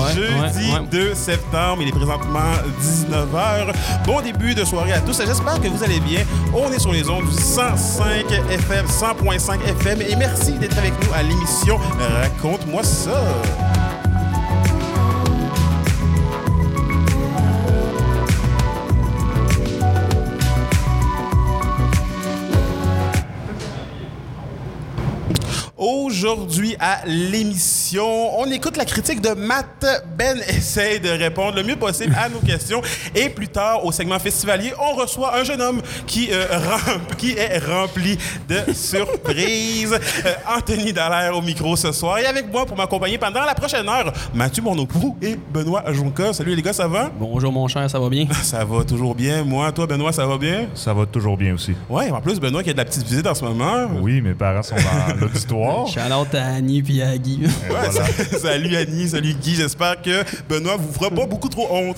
Jeudi 2 septembre, il est présentement 19h. Bon début de soirée à tous. J'espère que vous allez bien. On est sur les ondes du 105 FM, 100.5 FM. Et merci d'être avec nous à l'émission Raconte-moi ça. Aujourd'hui à l'émission, on écoute la critique de Matt. Ben essaye de répondre le mieux possible à nos questions. Et plus tard, au segment festivalier, on reçoit un jeune homme qui est rempli de surprises. Anthony Dallaire au micro ce soir. Et avec moi pour m'accompagner pendant la prochaine heure, Mathieu Bourneau-Proulx et Benoît Jonca. Salut les gars, ça va? Bonjour mon cher, ça va bien? Ça va toujours bien. Moi, toi Benoît, ça va bien? Ça va toujours bien aussi. Ouais, en plus Benoît qui a de la petite visite en ce moment. Oui, mes parents sont dans l'auditoire. Shout-out à Annie puis à Guy. Ouais, voilà. Salut Annie, salut Guy. J'espère que Benoît vous fera pas beaucoup trop honte.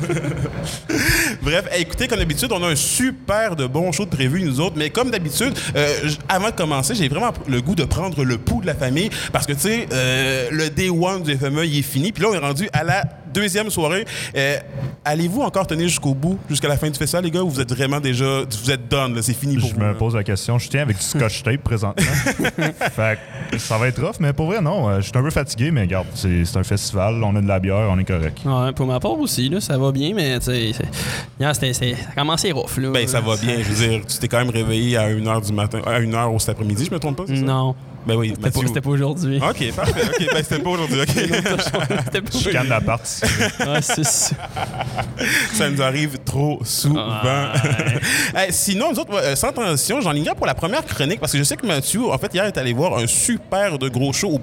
Bref, écoutez, comme d'habitude, on a un super de bon show de prévu, nous autres. Mais comme d'habitude, avant de commencer, j'ai vraiment le goût de prendre le pouls de la famille. Parce que, tu sais, le day one du FME, il est fini. Puis là, on est rendu à la deuxième soirée. Allez-vous encore tenir jusqu'au bout, jusqu'à la fin du festival, les gars, ou vous êtes vraiment déjà... Vous êtes done, là, c'est fini pour vous? Je me pose la question. Je tiens avec du scotch tape présentement. Fait que ça va être rough, mais pour vrai, non. Je suis un peu fatigué, mais regarde, c'est un festival, on a de la bière, on est correct. Ouais, pour ma part aussi, là, ça va bien, mais tu sais, ça a commencé rough, là. Ben, ça va bien. Je veux dire, tu t'es quand même réveillé à 1h du matin, à 1h cet après-midi, je me trompe pas, c'est ça? Non. Ben oui, c'était pas aujourd'hui. OK, parfait. OK, ben c'était pas aujourd'hui. OK. C'était pas Je canne la partie. Ouais, c'est ça. Ça nous arrive trop souvent. Sinon, nous autres, sans transition, j'enlignerai pour la première chronique parce que je sais que Mathieu, en fait, hier, est allé voir un super de gros show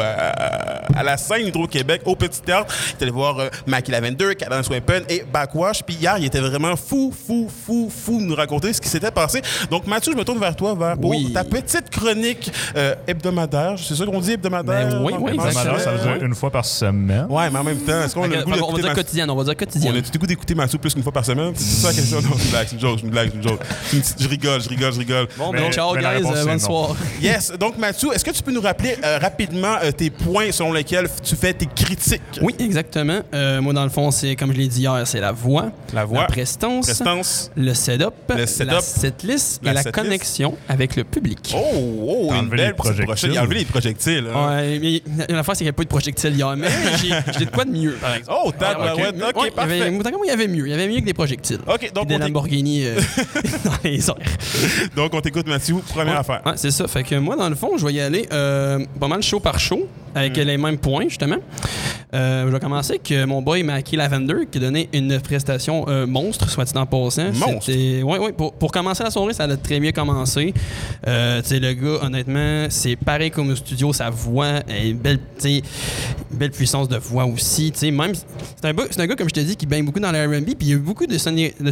à la scène Hydro-Québec, au Petit Théâtre. Il est allé voir Mackie Lavender, Cadence Weapon et Backwash. Puis hier, il était vraiment fou de nous raconter ce qui s'était passé. Donc, Mathieu, je me tourne vers toi pour ta petite chronique hebdomadaire. C'est ça qu'on dit, hebdomadaire? Ben oui, exactement. Ça veut dire une fois par semaine. Ouais, mais en même temps, est-ce qu'on a le goût on va dire quotidienne, on va dire quotidienne. On a tout le goût d'écouter Mathieu plus qu'une fois par semaine? C'est ça la question? Non, c'est une blague. Je rigole. Bon, ciao, guys. Bonne soirée. Yes. Donc, Mathieu, est-ce que tu peux nous rappeler rapidement tes points selon lesquels tu fais tes critiques? Oui, exactement. Moi, dans le fond, c'est, comme je l'ai dit hier, c'est la voix, la prestance, le setup, la setlist et la connexion avec le public. Oh, une belle projectile. Il a enlevé les projectiles. Hein. Ouais, mais la fois, c'est qu'il n'y a pas eu de projectiles hier, mais j'ai de quoi de mieux, par exemple. Oh, OK, parfait. Il y avait mieux. Il y avait mieux que des projectiles. OK, donc des Lamborghini dans les airs. Donc, on t'écoute, Mathieu. Première affaire. Ouais, c'est ça. Fait que moi, dans le fond, je vais y aller pas mal show par show, avec les mêmes points, justement. Je vais commencer avec mon boy Mackie Lavender, qui a donné une prestation monstre, soit dit en passant. Monstre? Oui. Pour commencer la soirée, ça a très bien commencé. Tu sais, le gars, honnêtement, c'est pareil comme au studio, sa voix est une belle puissance de voix aussi. Tu sais, même, c'est un gars, comme je te dis, qui baigne beaucoup dans le R&B, puis il y a beaucoup de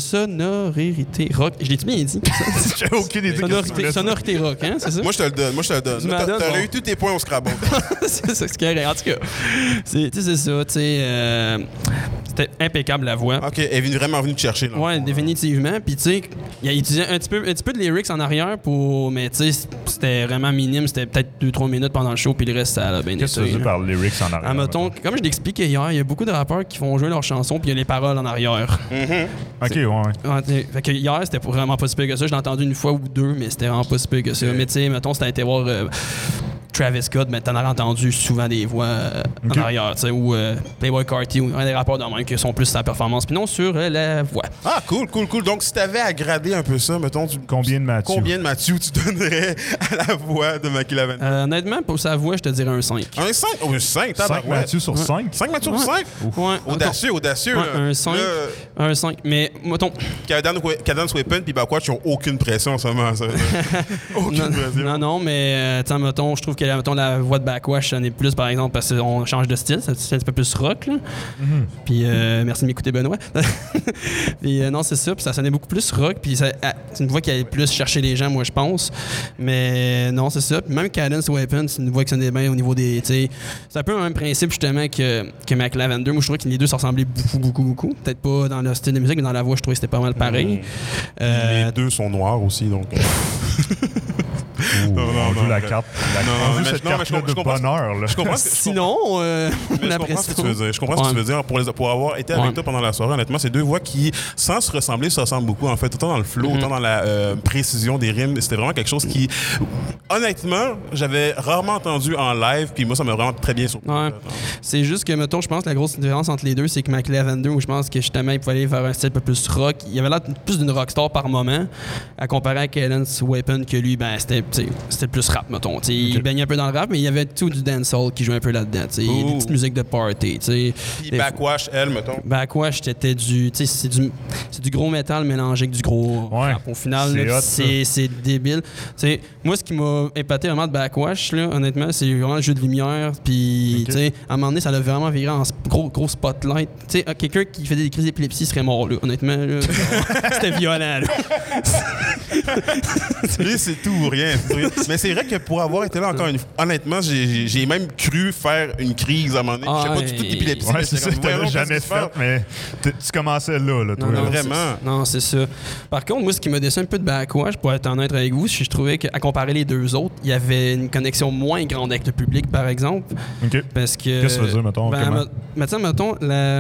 sonorité rock. Je l'ai-tu bien dit? J'ai aucune idée. Sonorité rock, hein, c'est ça? Moi, je te le donne. T'aurais eu tous tes points au Scrabble. C'est ça, c'est correct. En tout cas, c'est ça, tu sais. C'était impeccable, la voix. OK, elle est vraiment venue te chercher. Là, ouais, définitivement. Puis, tu sais, il a utilisé un petit peu de lyrics en arrière mais tu sais, c'était vraiment minime. C'était peut-être 2-3 minutes pendant le show, puis le reste, ça a bien été. Qu'est-ce que tu veux dire par lyrics en arrière? Mettons, comme je l'expliquais hier, il y a beaucoup de rappeurs qui font jouer leurs chansons, puis il y a les paroles en arrière. OK, ouais. Fait que hier, c'était vraiment pas si pire que ça. Je l'ai entendu une fois ou deux, mais c'était vraiment pas si pire que ça. Mais tu sais, mettons, si t'as été voir Travis Scott, mais t'en as entendu souvent des voix en arrière, tu sais, ou Playboi Carti, ou un des rappeurs de même qui sont plus sur la performance, puis non sur la voix. Ah, cool. Donc, si t'avais à grader un peu ça, mettons, combien de Mathieu tu donnerais à la voix de Mackie Lavender? Honnêtement, pour sa voix, je te dirais un 5. Un 5? Oh, un 5, 5 Mathieu sur 5? 5 Mathieu sur 5? Ouais. Audacieux. Ouais, un 5. Un 5. Mais, mettons... Cadence Weapon puis Backwash, ils n'ont aucune pression en ce moment. Ça. Aucune pression. Non, mais, mettons, je trouve que la voix de Backwash, ça n'est plus, par exemple, parce qu'on change de style. C'est un petit peu plus rock, là. Puis, merci de m'écouter, Benoît. Puis, non, c'est ça. Puis, ça sonnait beaucoup plus rock. Puis, c'est une voix qui allait plus chercher les gens, moi, je pense. Mais, non, c'est ça. Puis, même Cadence Weapon, c'est une voix qui sonnait bien au niveau des. C'est un peu le même principe, justement, que Mackie Lavender. Moi, je trouvais que les deux se ressemblaient beaucoup. Peut-être pas dans le style de musique, mais dans la voix, je trouvais que c'était pas mal pareil. Les deux sont noirs aussi, donc. On joue la carte. On joue cette carte-là de bonheur. Là. Je comprends Sinon, je comprends ce que tu veux dire. Je comprends ce que tu veux dire. Pour avoir été avec toi pendant la soirée, honnêtement, c'est deux voix qui, sans se ressembler, se ressemblent beaucoup. En fait, autant dans le flow, autant dans la précision des rimes. C'était vraiment quelque chose qui, honnêtement, j'avais rarement entendu en live. Puis moi, ça m'a vraiment très bien surpris. Ouais. C'est juste que, mettons, je pense que la grosse différence entre les deux, c'est que McLevin 2, où je pense que justement, il pouvait aller vers un style un peu plus rock. Il avait l'air plus d'une rockstar par moment, à comparer à Cadence Weapon, que lui, ben, c'était plus rap, mettons. Okay. Il baignait un peu dans le rap, mais il y avait tout du dancehall qui jouait un peu là-dedans. Des petites musiques de party. Puis Backwash, elle, mettons. Backwash, c'était c'est du gros métal mélangé avec du gros rap. Au final, c'est débile. T'sais, moi, ce qui m'a épaté vraiment de Backwash, là, honnêtement, c'est vraiment le jeu de lumière. Puis, à un moment donné, ça l'a vraiment viré en gros spotlight. Quelqu'un qui faisait des crises d'épilepsie serait mort, là. Honnêtement, là, c'était violent. Lui, c'est tout ou rien. Mais c'est vrai que pour avoir été là encore une fois, honnêtement, j'ai même cru faire une crise à un moment donné. Je sais pas du tout d'épilepsie. Ouais, c'est ça, tu l'as jamais fait, mais tu commençais là toi. Non, vraiment. Non, c'est ça. Par contre, moi, ce qui m'a déçu un peu de Backwash, pour être honnête avec vous, je trouvais qu'à comparer les deux autres, il y avait une connexion moins grande avec le public, par exemple. OK. Parce que... Qu'est-ce que ça veut dire, mettons? Mettons,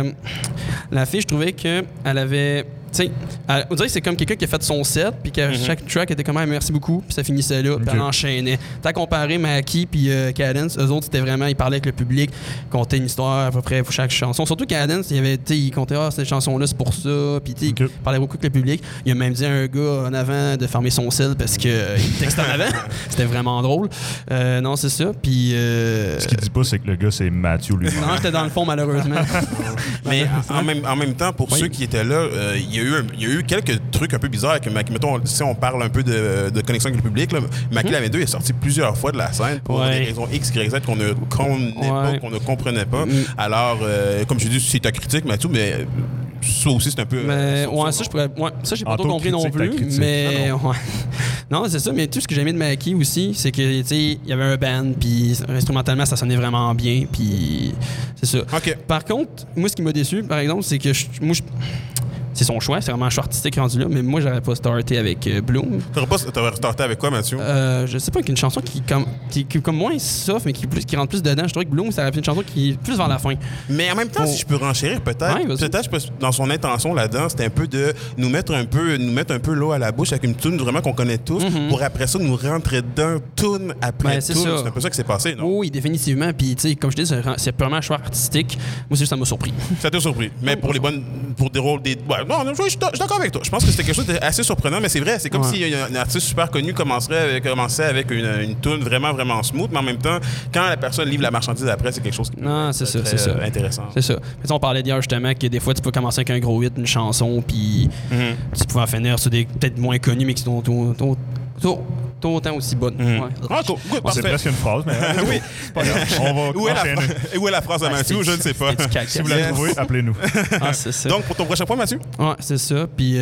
la fille, je trouvais qu'elle avait... on dirait que c'est comme quelqu'un qui a fait son set, puis qu'à chaque track était comme merci beaucoup, puis ça finissait là, puis elle enchaînait. T'as comparé Mackie puis Cadence, eux autres, c'était vraiment, ils parlaient avec le public, comptaient une histoire à peu près pour chaque chanson. Surtout Cadence, il comptait cette chanson-là, c'est pour ça, puis il parlait beaucoup avec le public. Il a même dit à un gars en avant de fermer son sel parce qu'il textait en avant. C'était vraiment drôle. Non, c'est ça. Puis. Ce qu'il dit pas, c'est que le gars, c'est Mathieu lui. Non, j'étais dans le fond, malheureusement. Mais en même temps, pour ceux qui étaient là, il y a eu quelques trucs un peu bizarres avec Mackie. Mettons, si on parle un peu de connexion avec le public, Mackie Lavin 2 est sorti plusieurs fois de la scène pour des raisons X, Y, Z qu'on ne comprenait pas. Alors, comme je dis, c'est ta critique, Mathieu, mais ça aussi, c'est un peu... ça, j'ai pas trop compris non plus, mais... Non, c'est ça, mais tout ce que j'ai aimé de Mackie aussi, c'est que, il y avait un band, puis instrumentalement, ça sonnait vraiment bien, puis c'est ça. Okay. Par contre, moi, ce qui m'a déçu, par exemple, c'est que c'est son choix, c'est vraiment un choix artistique rendu là, mais moi, j'aurais pas starté avec Bloom. T'aurais starté avec quoi, Mathieu? Je sais pas, une chanson qui est comme moins soft, mais qui rentre plus dedans. Je trouvais que Bloom, ça aurait été une chanson qui est plus vers la fin. Mais en même temps, si je peux renchérir, peut-être dans son intention là-dedans, c'était un peu de nous mettre un peu l'eau à la bouche avec une tune vraiment qu'on connaît tous, pour après ça nous rentrer dedans, tune après tune. C'est un peu ça qui s'est passé, non? Oui, définitivement. Puis, tu sais, comme je dis, c'est purement un choix artistique. Moi, ça m'a surpris. Ça t'a surpris. Mais pour des rôles, non, je suis d'accord avec toi. Je pense que c'était quelque chose d'assez surprenant, mais c'est vrai, c'est comme si un artiste super connu commençait avec une tune vraiment, vraiment smooth, mais en même temps, quand la personne livre la marchandise après, c'est quelque chose qui est intéressant. C'est ça. Mais on parlait d'hier justement que des fois, tu peux commencer avec un gros hit, une chanson, puis tu peux en finir sur des peut-être moins connus, mais qui sont autant aussi bonnes. C'est presque une phrase, mais oui. On va où est la phrase à Mathieu? Je ne sais pas. Si vous la trouvez, appelez-nous. C'est ça. Donc, pour ton prochain point, Mathieu? Ouais, c'est ça. Puis,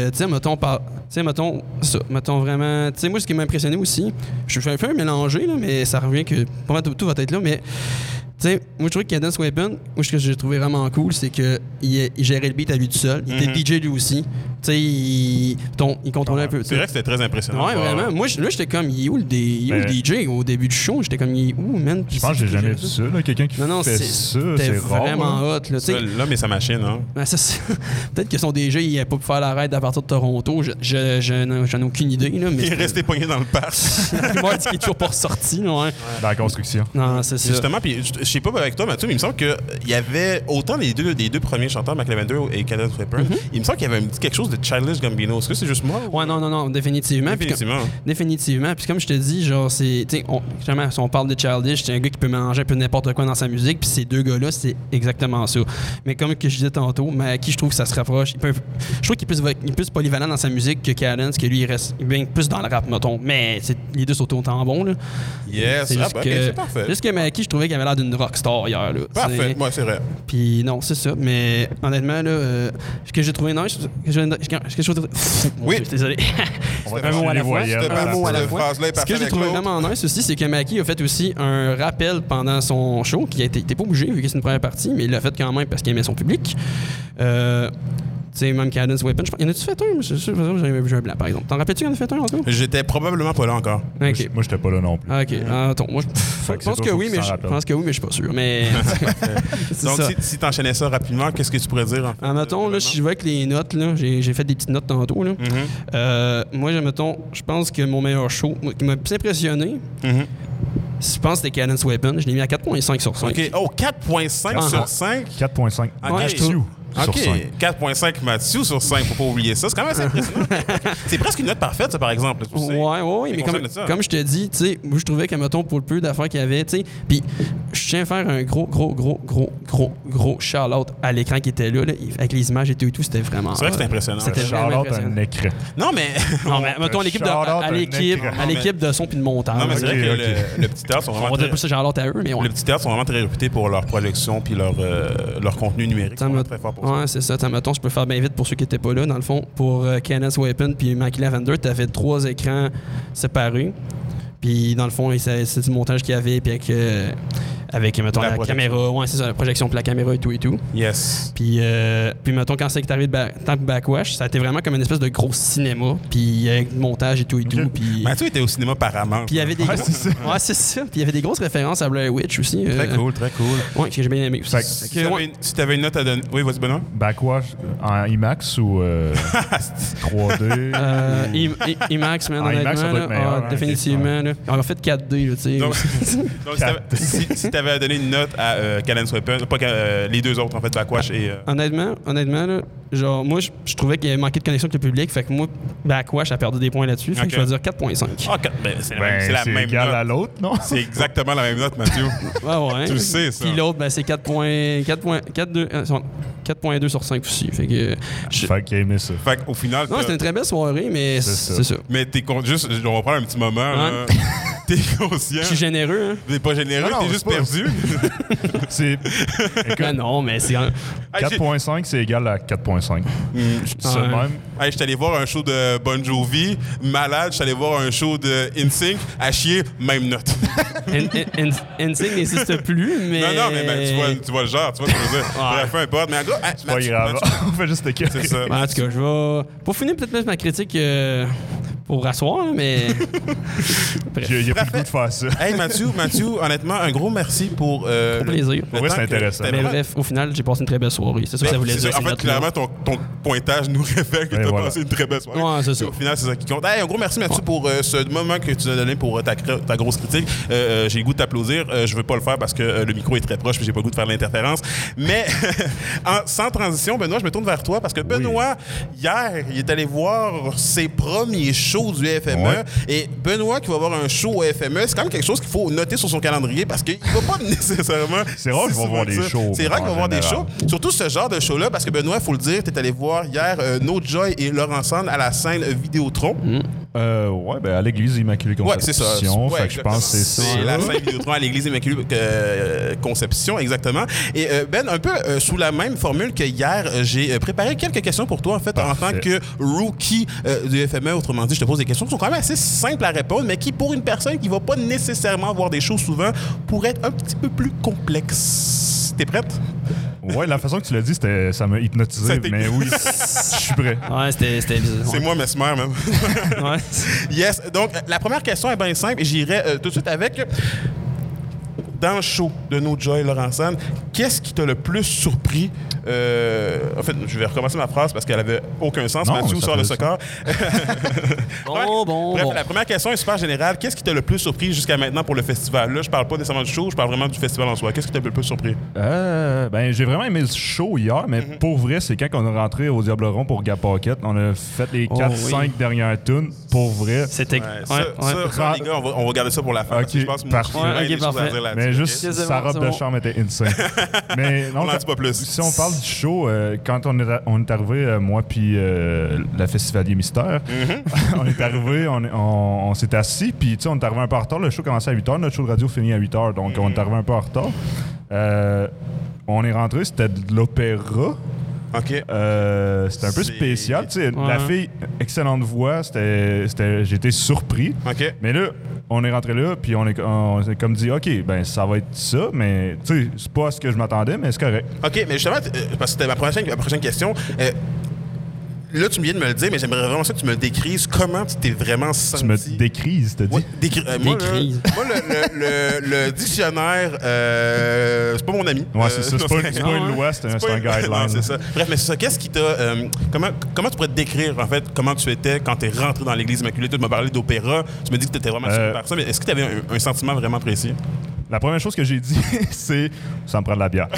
mettons vraiment... Tu sais, moi, ce qui m'a impressionné aussi, je fais un peu un mélangé, là, mais ça revient que... Pour moi, tout va être là, mais... Tu sais, moi, je trouvais que Cadence Weapon, ce que j'ai trouvé vraiment cool, c'est qu'il gérait le beat à lui tout seul. Il était DJ lui aussi. Tu sais, il contrôlait un peu. C'est vrai que c'était très impressionnant. Ouais, vraiment. Moi, là, j'étais comme, il est où le DJ au début du show? J'étais comme, il est où, man? Je pense que j'ai jamais vu ça, là. Quelqu'un qui fait ça, c'est rare. Vraiment hot, là. L'homme et sa machine, hein. Ben, peut-être que son DJ, il n'a pas pu faire la raid à partir de Toronto. J'en ai aucune idée, là. Mais il est resté pogné dans le parc. La rumeur dit qu'il est toujours pas ressorti, ouais. Dans la construction. Non, c'est ça. Justement, puis je sais pas avec toi, Mathieu, mais il me semble qu'il y avait autant les deux premiers chanteurs, McLevin 2 et Cadence Weapon, il me semble qu'il y avait quelque chose de Childish Gambino. Est-ce que c'est juste moi? Ouais, non, définitivement. Définitivement. Puis comme je te dis, genre, c'est. Justement, si on parle de Childish, c'est un gars qui peut mélanger un peu n'importe quoi dans sa musique, puis ces deux gars-là, c'est exactement ça. Mais comme que je disais tantôt, Mackie, je trouve que ça se rapproche. Je trouve qu'il est plus polyvalent dans sa musique que Cadence, que lui, il reste plus dans le rap, mettons. Mais les deux sont autant bons, là. Yes, c'est parfait. Juste que Mackie, je trouvais qu'il avait l'air d'une rockstar hier, là. Parfait, ouais, c'est vrai. Puis non, c'est ça. Mais honnêtement, là, ce que j'ai trouvé nice, oui, désolé. Un mot à la fois. Ce que j'ai trouvé vraiment nice aussi, c'est que Mackie a fait aussi un rappel pendant son show qui était pas bougé vu que c'est une première partie, mais il l'a fait quand même parce qu'il aimait son public. Tu sais, même Cadence Weapon. Y en a-tu fait un? Je suis sûr que j'avais vu un blanc, par exemple. T'en rappelles-tu qu'il y en a fait un, en tout cas? J'étais probablement pas là encore. OK. Moi, j'étais pas là non plus. OK. Attends, moi, je pense que oui, mais je suis pas sûr. Mais. Donc, si t'enchaînais ça rapidement, qu'est-ce que tu pourrais dire? Mettons, là, si je vais avec les notes, là, j'ai fait des petites notes tantôt, là. Moi, je pense que mon meilleur show, qui m'a plus impressionné, je pense que c'était Cadence Weapon. Je l'ai mis à 4.5 sur 5. OK. Oh, 4.5 sur 5? 4.5. Ouais, je trouve. OK. 4.5 Mathieu sur 5, faut pas oublier ça. C'est quand même assez impressionnant. C'est presque une note parfaite, ça, par exemple. Tu sais. Ouais, mais comme je te dis, tu sais, moi, je trouvais que, mettons, pour le peu d'affaires qu'il y avait, tu sais, puis je tiens à faire un gros shout-out à l'écran qui était là, avec les images et tout, c'était vraiment... C'est vrai que c'était impressionnant. C'était vraiment impressionnant. Un écran. Non, mais mettons, l'équipe de son puis de montage. Non, mais c'est vrai que le petit théâtre sont vraiment... On va dire plus ça, shout-out à eux, mais ouais. Le petit théâtre sont vraiment très réputés pour leur projection puis leur contenu numérique. Ils sont très forts pour ça. Ouais, c'est ça. Mettons, je peux faire bien vite pour ceux qui n'étaient pas là. Dans le fond, pour Cadence Weapon puis Mackie Lavender, tu avais 3 écrans séparés. Puis, dans le fond, c'est du montage qu'il y avait. Puis avec mettons, la caméra. Ouais, c'est ça, la projection pour la caméra et tout. Yes. Puis mettons, quand c'est arrivé de Backwash, ça a été vraiment comme une espèce de gros cinéma. Puis avec du montage et tout. Puis Mathieu était au cinéma Paramount. Puis il y avait des c'est ça. Puis il y avait des grosses références à Blair Witch aussi. Très cool. Ouais, que j'ai bien aimé aussi. Si t'avais une note à donner... Oui, vas-y, Benoît. Backwash en IMAX ou 3D? IMAX, man, IMAX, ça doit être meilleur, définitivement. On a fait 4D, tu sais. Donc si t'avais à donner une note à Cadence Weapon, pas les deux autres, en fait, Backwash et... Honnêtement, là, genre, moi, je trouvais qu'il y avait manqué de connexion avec le public, fait que moi, Backwash a perdu des points là-dessus, fait que je vais dire 4.5. Ah, c'est la même égal note. à l'autre, non? C'est exactement la même note, Mathieu. Ouais. Tu le sais, ça. Puis l'autre, c'est 4.2 sur 5 aussi. Fait que... Fait qu'il a aimé ça. Fait qu'au final... Non, c'était une très belle soirée, mais c'est ça. Mais t'es juste... On va prendre un petit moment, là. T'es conscient. Je suis généreux, hein? T'es pas généreux, t'es juste perdu. C'est... non, mais c'est... 4.5, c'est égal à 4.5. Je dis ça de même. Hey, je suis allé voir un show de Bon Jovi, malade. Je suis allé voir un show de NSYNC, à chier, même note. NSYNC n'existe plus, mais... Non, mais tu vois le genre, tu vois ce que je veux dire. Bref, peu importe. Mais en gros, c'est pas grave. On fait juste le cas. C'est ça. En tout cas, je vais... Pour finir, peut-être mettre ma critique... pour rasseoir, mais... Il n'y a plus le goût de faire ça. Hey, Mathieu, honnêtement, un gros merci pour... Pour plaisir. Pour vrai, c'est intéressant. Mais bref, au final, j'ai passé une très belle soirée. C'est ça que ça voulait dire. En fait, clairement, ton pointage nous révèle que tu as passé une très belle soirée. Ouais, c'est ça. Au final, c'est ça qui compte. Hey, un gros merci, Mathieu, pour ce moment que tu nous as donné pour ta grosse critique. J'ai le goût de t'applaudir. Je ne veux pas le faire parce que le micro est très proche et j'ai pas le goût de faire l'interférence. Mais sans transition, Benoît, je me tourne vers toi parce que Benoît, hier, il est allé voir ses premiers shows du FME. Ouais. Et Benoît qui va voir un show au FME, c'est quand même quelque chose qu'il faut noter sur son calendrier parce qu'il ne va pas nécessairement... C'est rare qu'il va voir des shows. C'est rare qu'il va voir des shows. Surtout ce genre de show-là parce que Benoît, il faut le dire, tu es allé voir hier No Joy et Laurent Sand à la scène Vidéotron. Ouais, ben à l'église Immaculée Conception. Ouais, c'est ça. Ouais, fait que je pense que c'est ça. C'est la scène Vidéotron à l'église Immaculée Conception, exactement. Et Ben, un peu sous la même formule que hier, j'ai préparé quelques questions pour toi, en fait, en tant que rookie du FME. Autrement dit, je te pose des questions qui sont quand même assez simples à répondre, mais qui, pour une personne qui ne va pas nécessairement voir des choses souvent, pourraient être un petit peu plus complexes. T'es prête? Ouais, la façon que tu l'as dit, ça m'a hypnotisé, mais oui, je suis prêt. Ouais, c'était bizarre. C'est moi, Mesmer, même. Ouais. Yes. Donc, la première question est bien simple et j'irai tout de suite avec... Dans le show de No Joy Laurent Sand, qu'est-ce qui t'a le plus surpris? En fait, je vais recommencer ma phrase parce qu'elle avait aucun sens. Mathieu sort le soccer. Bref, la première question est super générale. Qu'est-ce qui t'a le plus surpris jusqu'à maintenant pour le festival? Là, je parle pas nécessairement du show, je parle vraiment du festival en soi. Qu'est-ce qui t'a le plus surpris? Ben, j'ai vraiment aimé le show hier, mais pour vrai, c'est quand on est rentré au Diable Rond pour Gap Pocket. On a fait les 4-5 dernières tunes. Pour vrai. C'était... Ça, les gars, on va garder ça pour la fin. Okay, je pense que parfait. Mais juste sa robe de chambre était insane. Mais non, on n'en dit pas plus. Si on parle du show, quand on est arrivé, moi puis la Festivalier Mystère, on est arrivé, on s'est assis, puis on est arrivé un peu en retard. Le show commençait à 8h, notre show de radio finit à 8h, donc on est arrivé un peu en retard. On est rentré, c'était de l'opéra. OK. C'était un peu spécial. La fille, excellente voix, j'étais surpris. OK. Mais là, on est rentré là, puis on s'est comme dit, OK, ben ça va être ça, mais tu sais, c'est pas ce que je m'attendais, mais c'est correct. OK, mais justement, parce que c'était ma prochaine question. là, tu viens de me le dire, mais j'aimerais vraiment ça que tu me le décrises. Comment tu t'es vraiment senti? Tu me décrises, t'as dit? Ouais, moi, Décrise. le dictionnaire, c'est pas mon ami. Ouais, c'est ça. C'est pas une loi, c'est un Non, guideline. c'est ça. Bref, mais c'est ça. Qu'est-ce qui t'a... comment tu pourrais te décrire, en fait, comment tu étais quand t'es rentré dans l'Église Immaculée? Tu m'as parlé d'opéra. Tu me dis que t'étais vraiment super par ça, mais est-ce que t'avais un sentiment vraiment précis? La première chose que j'ai dit, c'est « ça me prend de la bière ».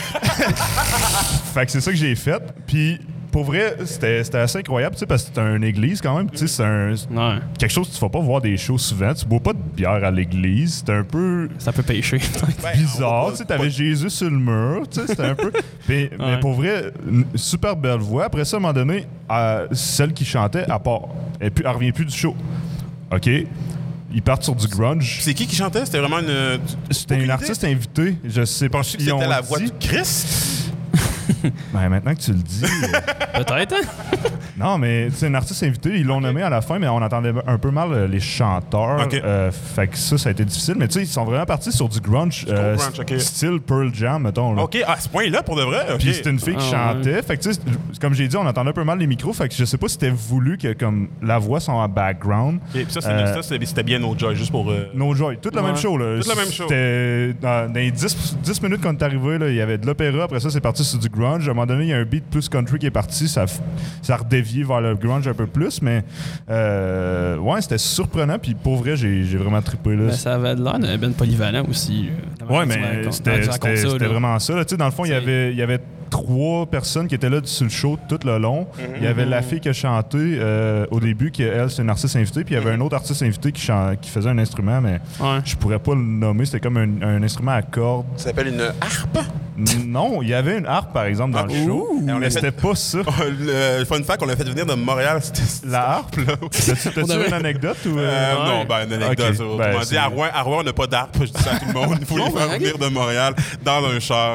Fait que c'est ça que j'ai fait. Puis pour vrai, c'était assez incroyable, tu sais, parce que c'est une église quand même. Tu sais, c'est quelque chose que tu vas pas voir des shows souvent. Tu bois pas de bière à l'église. C'était un peu... Ça peut pêcher. bizarre. Tu sais, t'avais Jésus sur le mur. Tu sais, c'était un peu... Mais pour vrai, une super belle voix. Après ça, à un moment donné, celle qui chantait, elle revient plus du show. OK? Ils partent sur du grunge. C'est qui chantait? C'était vraiment une... C'était une artiste invitée. Je sais pas. Penses-tu que c'était la voix du Christ? Ben, maintenant que tu le dis... Peut-être, hein? Non, mais c'est une artiste invitée. Ils l'ont nommé à la fin, mais on entendait un peu mal les chanteurs. Okay. Fait que ça a été difficile. Mais tu sais, ils sont vraiment partis sur du grunge. Style Pearl Jam, mettons. Là. OK, à ce point-là, pour de vrai? Okay. Puis c'était une fille qui chantait. Fait que tu sais, comme j'ai dit, on entendait un peu mal les micros. Fait que je sais pas si c'était voulu que comme la voix soit en background. Et puis ça, c'était bien No Joy, juste pour... No Joy. Toute la même show, là. Toute la même show. C'était dans les 10 minutes qu'on est arrivé, là, il y avait de l'opéra. Après ça, c'est parti sur du grunge. À un moment donné, il y a un beat plus country qui est parti. Ça a redévié vers le grunge un peu plus. Mais ouais, c'était surprenant. Puis pour vrai, j'ai vraiment trippé. Là. Ben, ça avait l'air d'un ben polyvalent aussi. Ouais, mais c'était vraiment ça. Là. Dans le fond, il y avait 3 personnes qui étaient là sur le show tout le long. Il y avait la fille qui a chanté au début, qui elle, c'est une artiste invitée. Puis il y avait un autre artiste invité qui faisait un instrument, mais je pourrais pas le nommer. C'était comme un instrument à cordes. Ça s'appelle une harpe? Non, il y avait une harpe, par exemple, dans le show. Mais c'était pas ça. Le fun fact, on l'a fait venir de Montréal. C'était la harpe? T'as-tu une anecdote? Ou non, une anecdote. Okay. Autrement dit, à Rouen, on n'a pas d'harpe. Je dis ça à tout le monde. Il faut les faire venir de Montréal dans un char.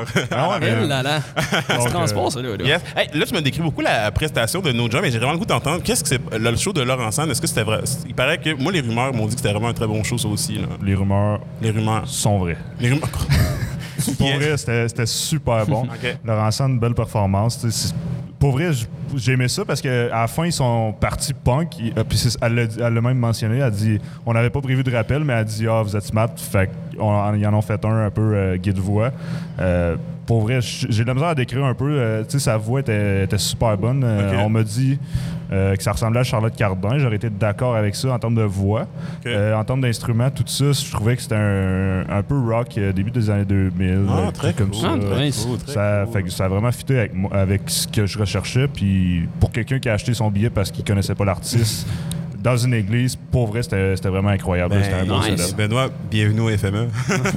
C'est transport, ça, là. Yes. Hey, là, tu m'as décrit beaucoup la prestation de No Joy, mais j'ai vraiment le goût d'entendre. Qu'est-ce que c'est le show de Laurent Sand? Est-ce que c'était vrai? Il paraît que... Moi, les rumeurs m'ont dit que c'était vraiment un très bon show, ça aussi. Là. Les rumeurs sont vraies. Les rumeurs... Pour vrai, c'était super bon. Okay. Laurent Sand, une belle performance. Pour vrai, j'ai aimé ça parce qu'à la fin, ils sont partis punk. Puis elle l'a même mentionné. Elle a dit, on n'avait pas prévu de rappel, mais elle a dit, vous êtes smart. Fait qu'ils en ont fait un peu guide voix. Pour vrai, j'ai de la misère à décrire un peu. Sa voix était super bonne. Okay. On m'a dit que ça ressemblait à Charlotte Cardin. J'aurais été d'accord avec ça en termes de voix. Okay. En termes d'instruments, tout ça, je trouvais que c'était un peu rock début des années 2000. Très comme cool. Ça. Fait que ça a vraiment fité avec ce que je recherchais. Puis pour quelqu'un qui a acheté son billet parce qu'il connaissait pas l'artiste... dans une église, pour vrai, c'était vraiment incroyable. C'était un bon setup. Benoît, bienvenue au FME.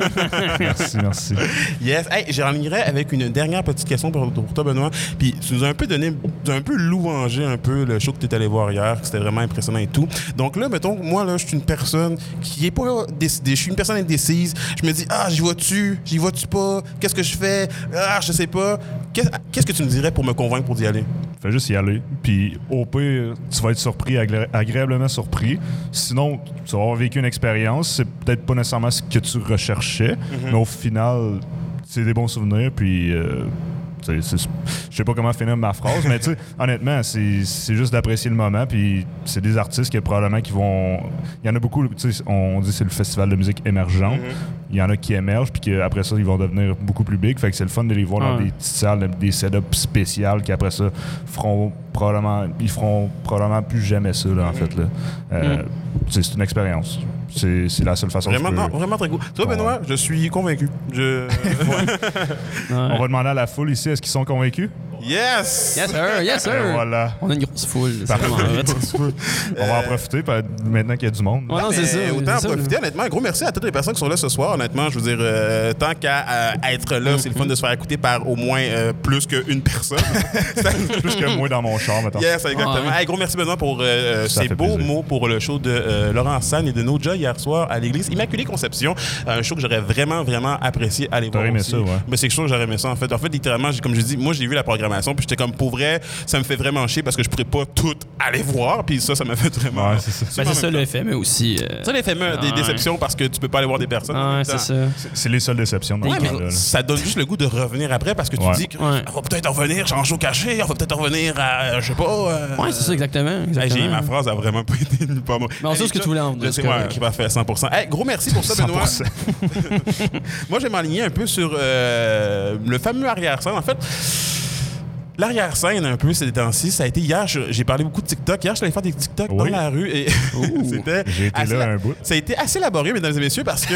Merci. Yes. Hey, j'arriverai avec une dernière petite question pour toi, Benoît. Puis tu nous as un peu louangé un peu le show que tu es allé voir hier, que c'était vraiment impressionnant et tout. Donc là, mettons, moi, là, je suis une personne qui est pas décidée. Je suis une personne indécise. Je me dis, j'y vas-tu pas? Qu'est-ce que je fais? Je sais pas. Qu'est-ce que tu me dirais pour me convaincre pour d'y aller? Fais juste y aller. Puis au pire, tu vas être surpris, agréablement surpris. Sinon, tu vas avoir vécu une expérience. C'est peut-être pas nécessairement ce que tu recherchais, mais au final, c'est des bons souvenirs. Puis, je sais pas comment finir ma phrase, mais tu sais, honnêtement, c'est juste d'apprécier le moment. Puis, c'est des artistes qui probablement qui vont. Il y en a beaucoup. Tu sais, on dit que c'est le festival de musique émergente. Il y en a qui émergent, puis qu'après ça, ils vont devenir beaucoup plus big. Fait que c'est le fun de les voir dans des petites salles, des setups spéciales qui après ça feront probablement plus jamais ça, là, en fait. Là. C'est une expérience. C'est la seule façon vraiment très cool. Toi, Benoît, je suis convaincu. On va demander à la foule ici, est-ce qu'ils sont convaincus? Yes! Yes, sir! Yes, sir! Voilà. On a une grosse foule. On va en profiter maintenant qu'il y a du monde. Non, c'est ça. Autant en profiter, honnêtement. Un gros merci à toutes les personnes qui sont là ce soir. Honnêtement, je veux dire, tant qu'à être là, c'est le fun de se faire écouter par au moins plus qu'une personne. Plus que moi dans mon char, maintenant. Yes, exactement. Hey, gros merci, Benoît, pour ces beaux mots pour le show de Laurent Sand et de No Joy hier soir à l'église Immaculée Conception. Un show que j'aurais vraiment, vraiment apprécié aller voir. T'aurais aimé ça, ouais. Mais c'est quelque chose que j'aurais aimé ça, en fait. En fait, littéralement, comme je dis, moi, j'ai vu la programmation programmation. Puis j'étais comme, pour vrai, ça me fait vraiment chier parce que je pourrais pas tout aller voir. Puis ça m'a fait vraiment... Ouais, c'est ça. Ben, c'est ça le FME aussi. Ça, les FME, des déceptions parce que tu peux pas aller voir des personnes. en Ouais, même c'est temps. ça. C'est les seules déceptions dans Ouais, ce mais cas-là. là. ça donne juste le goût de revenir après parce que tu Ouais. dis qu'on Ouais. va peut-être revenir en show caché, on va peut-être revenir à, je sais pas... Ouais, c'est ça, exactement. J'ai eu ma phrase, a vraiment pas été nulle part. Mais on sait ce que tu voulais en dire, Je sais, c'est ouais, correct. qui va faire 100%. Hey, gros merci pour ça, Benoît. 100%. Moi, je vais m'aligner un peu sur le fameux arrière-scène. En fait, l'arrière-scène, un peu, ces temps-ci, ça a été hier, j'ai parlé beaucoup de TikTok. Hier, je suis allé faire des TikTok dans Oui. la rue et c'était J'ai été assez là un bout. Ça a été assez laborieux, mesdames et messieurs, parce que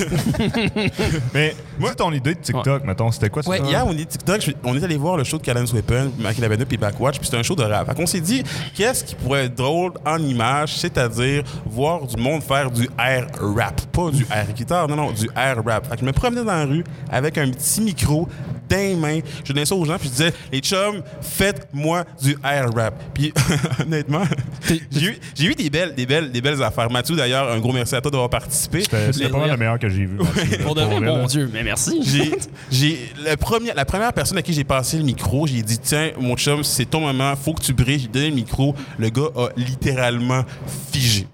Mais moi, ton idée de TikTok, mettons, c'était quoi ça? ouais, hier, on est TikTok, on est allé voir le show de Callan's Weapon, Maki Labano puis Backwatch, puis c'était un show de rap. Fait qu'on s'est dit, qu'est-ce qui pourrait être drôle en image, c'est-à-dire voir du monde faire du air rap. Pas du air guitare, non, du air rap. Fait que je me promenais dans la rue avec un petit micro dans les mains. Je donnais ça aux gens, puis je disais, les chums, faites-moi du air rap. Puis honnêtement, j'ai eu des belles affaires. Mathieu, d'ailleurs, un gros merci à toi d'avoir participé. C'était pas mal le meilleur que j'ai vu. Pour de vrai, vrai, mon là. Dieu, mais merci. La première personne à qui j'ai passé le micro, j'ai dit, tiens, mon chum, c'est ton moment, faut que tu brilles. J'ai donné le micro. Le gars a littéralement figé.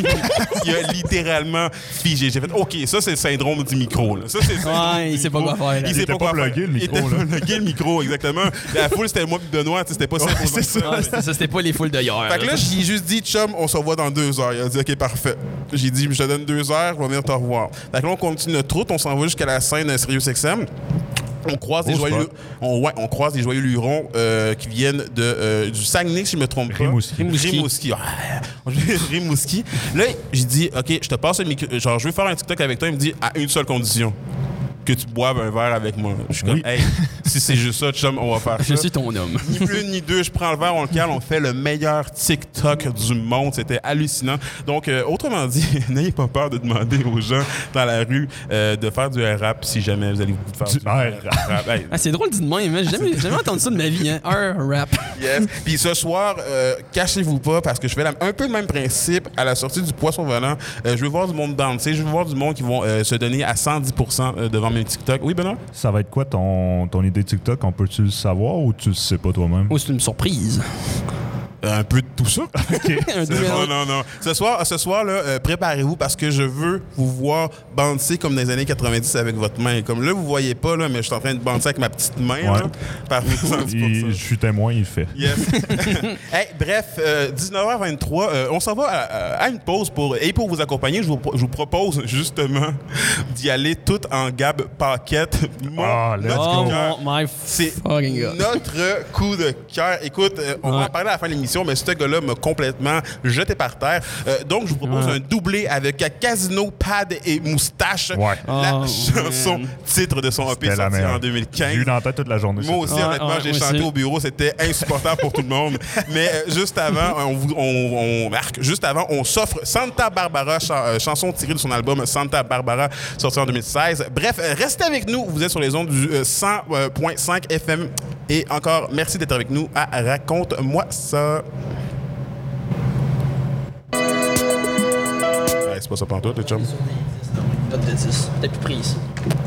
Il a littéralement figé. J'ai fait, OK, ça, c'est le syndrome du micro. Là. Ça, c'est le syndrome Ouais, du il sait pas micro. quoi faire, là. Il sait était pas pas quoi faire. plugué, le micro, Il était là. pas plugué, le micro, exactement. La foule, c'était moi et Benoît. C'était pas ça. c'est ça. Ouais, c'était ça, c'était pas les foules de hier. Fait que là, j'ai juste dit, chum, on se revoit dans 2 heures. Il a dit, OK, parfait. J'ai dit, je te donne 2 heures, je vais venir te revoir. Fait que là, on continue notre route, on s'en va jusqu'à la scène SiriusXM. On croise des joyeux, on croise des joyeux lurons qui viennent du Saguenay, si je me trompe pas. Rimouski. Rimouski. Là, j'ai dit, OK, je te passe le micro. Genre, je veux faire un TikTok avec toi. Il me dit, à une seule condition. Que tu boives un verre avec moi. Je suis comme, Oui. hey, si c'est juste ça, chum, on va faire ça. Je suis ton homme. Ni plus ni deux, je prends le verre, on le cale, on fait le meilleur TikTok du monde. C'était hallucinant. Donc, autrement dit, n'ayez pas peur de demander aux gens dans la rue de faire du rap si jamais vous allez vous faire Du rap. Hey, Ah, c'est drôle dit de même, hein. J'ai jamais entendu ça de ma vie, hein. Un rap. yes. Puis ce soir, cachez-vous pas parce que je fais un peu le même principe à la sortie du Poisson Volant. Je veux voir du monde danser, je veux voir du monde qui vont se donner à 110% devant mes TikTok. Oui, Benoît? Ça va être quoi ton idée de TikTok? On peut-tu le savoir ou tu le sais pas toi-même? Oh, c'est une surprise. Un peu de tout ça. Un double- Non. Ce soir là, préparez-vous parce que je veux vous voir bouncer comme dans les années 90 avec votre main. Comme là, vous voyez pas, là, mais je suis en train de bouncer avec ma petite main. Ouais. Là, par exemple, Je suis témoin, il le fait. Yes. Hey, bref, 19h23, on s'en va à une pause pour vous accompagner. Je vous propose justement d'y aller tout en Gab Paquette. Let's Oh, go. my C'est fucking God. notre coup de cœur. Écoute, on va en parler à la fin de l'émission, mais ce gars-là m'a complètement jeté par terre. Donc, je vous propose un doublé avec Casino, Pad et Moustache. Ouais. La Oh, chanson man. titre de son EP C'était la sorti meilleure. en 2015. J'ai eu dans la tête toute la journée. Moi aussi, Ouais, honnêtement, ouais, j'ai moi chanté aussi. au bureau, c'était insupportable pour tout le monde. Mais juste avant, on s'offre Santa Barbara, chanson tirée de son album Santa Barbara, sorti en 2016. Bref, restez avec nous. Vous êtes sur les ondes du 100.5 FM. Et encore, merci d'être avec nous à Raconte-moi ça. Ouais, c'est pas ça pantoute, les chums. Note de 10. T'as plus pris ici.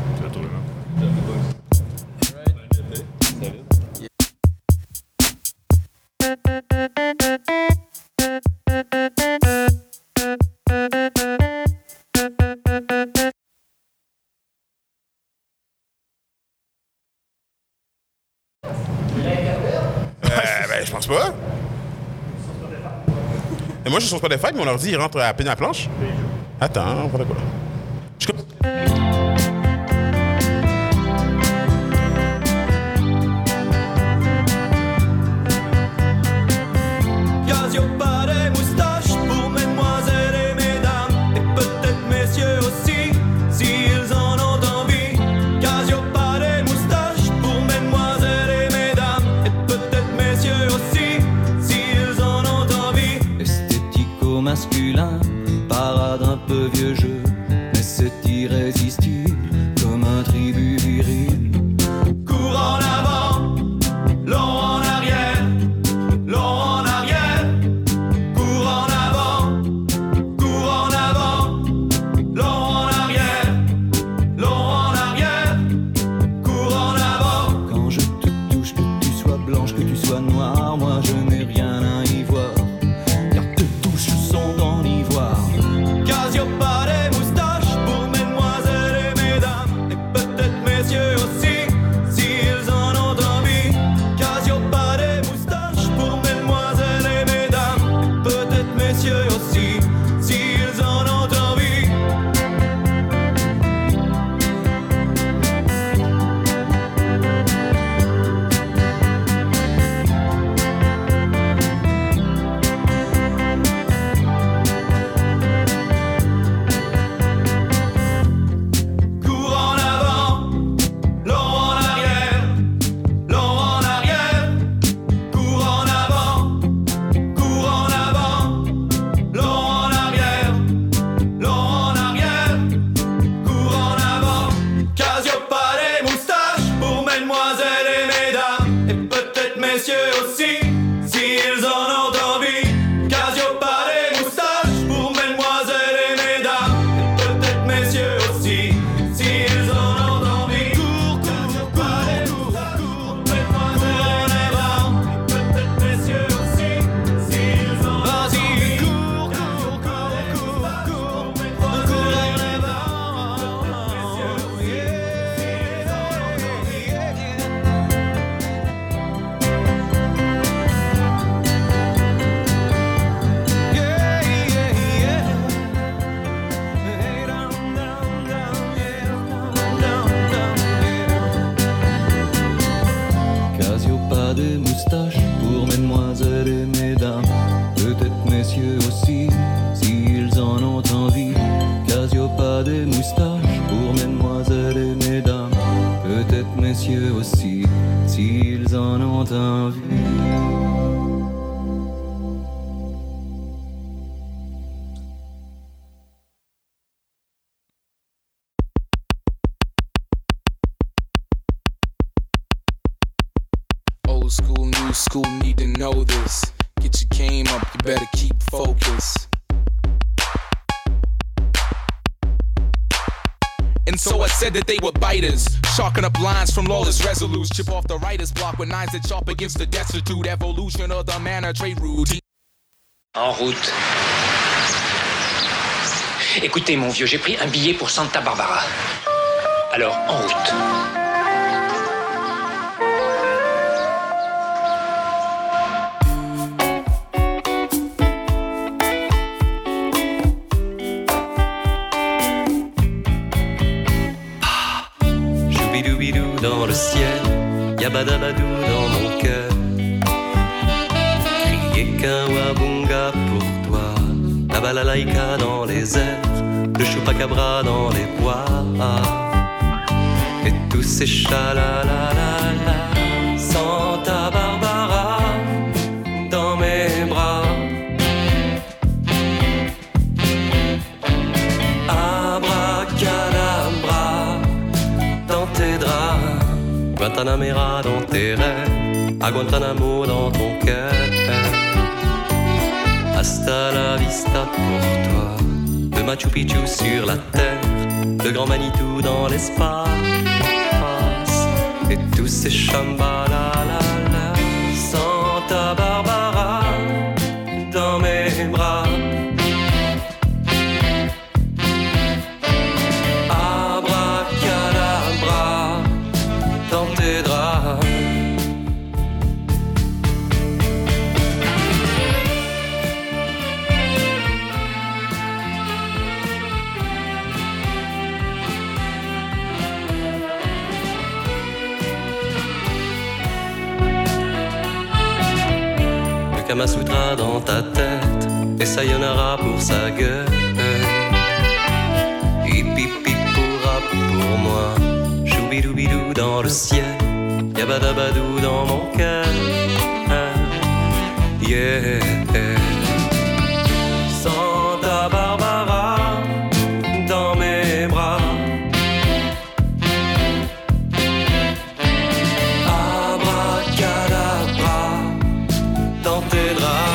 Je pense pas. Et moi, je suis sur Spotify, mais on leur dit il rentre à peine à la planche. Attends, on va quoi? Je... Casio, pas des moustaches pour mesdemoiselles et mesdames, et peut-être messieurs aussi, s'ils en ont envie. Casio, pas des moustaches pour mesdemoiselles et mesdames, et peut-être messieurs aussi, s'ils en ont envie. Esthético-masculin, parade un peu vieux jeu, mais c'est irrésistible comme un tribut viril. Cours en avant, long en arrière, long en arrière. Cours en avant, long en arrière, long en arrière. Cours en avant. Quand je te touche, que tu sois blanc Casio, pas de moustache pour mesdemoiselles et mesdames. Peut-être messieurs aussi, s'ils en ont envie. Casio, pas de moustache pour mesdemoiselles et mesdames. Peut-être messieurs aussi, s'ils en ont envie. Old school, new school, need to know this. Get your game up, you better keep focus. And so I said that they were biters. Sharking up lines from lawless resolutes. Chip off the writer's block with nines that sharp against the destitute. Evolution of the manner, trade routine. En route. Écoutez, mon vieux, j'ai pris un billet pour Santa Barbara. Alors, en route. Choubidoubidou dans le ciel, yabadabadou dans mon cœur. Crier qu'un wabunga pour toi, la balalaïka dans les airs, le chupacabra dans les bois. Et tous ces chalalalala, Santa Barbara dans mes bras. Abracadabra dans tes draps, Guantanamera dans tes rêves, à Guantanamo dans ton cœur. Hasta la vista pour toi, de Machu Picchu sur la terre, de Grand Manitou dans l'espace, et tous ces chambalalala, Santa Barbara dans mes bras. Abracadabra dans tes draps. Kamasutra dans ta tête et sayonara pour sa gueule. Hippipipoura pour moi, choubidoubidou dans le ciel, yabadabadou dans mon cœur. Yeah. Santa Barbara dans mes bras. Abracadabra dans tes draps.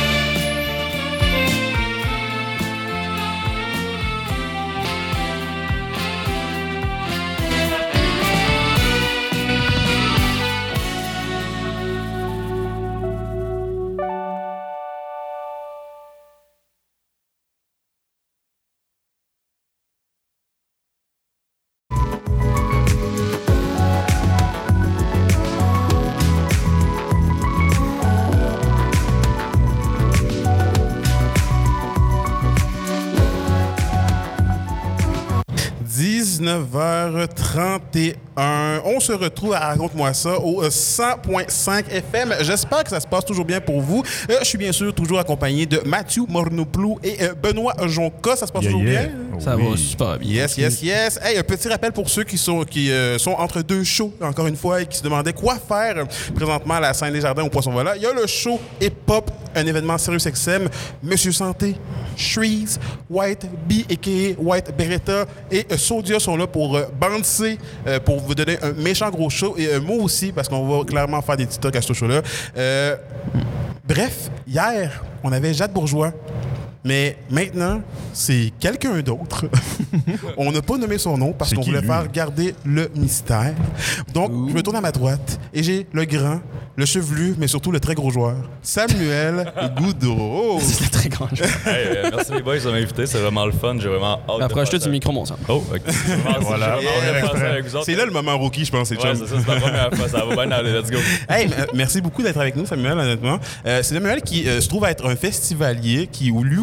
h 31. On se retrouve à Raconte-moi ça au 100.5 FM. J'espère que ça se passe toujours bien pour vous. Je suis bien sûr toujours accompagné de Mathieu Mornoplou et Benoît Jonca. Ça se passe toujours bien? Ça va super bien. Yes. Hey, un petit rappel pour ceux qui sont entre deux shows, encore une fois, et qui se demandaient quoi faire présentement à la Saint-Desjardins au Poisson-Volant. Il y a le show hip-hop, un événement SiriusXM, Monsieur Santé, Shreeze, White B, a.k.a. White Beretta, et Sodia sont là pour bouncer, pour vous donner un méchant gros show, et moi aussi, parce qu'on va clairement faire des TikTok à ce show-là. Bref, hier, on avait Jade Bourgeois. Mais maintenant, c'est quelqu'un d'autre. On n'a pas nommé son nom parce qu'on voulait faire garder le mystère. Donc, je me tourne à ma droite et j'ai le grand, le chevelu, mais surtout le très gros joueur, Samuel Goudreau. C'est le très grand joueur. Hey, merci les boys de m'inviter, c'est vraiment le fun. J'ai vraiment hâte. Approche-toi du micro, mon sang. Oh, ok. Voilà. C'est là le moment rookie, je pense. Ouais, c'est ça, c'est la première fois. Ça va bien aller, let's go. Hey, merci beaucoup d'être avec nous, Samuel, honnêtement. C'est Samuel qui se trouve à être un festivalier qui, lui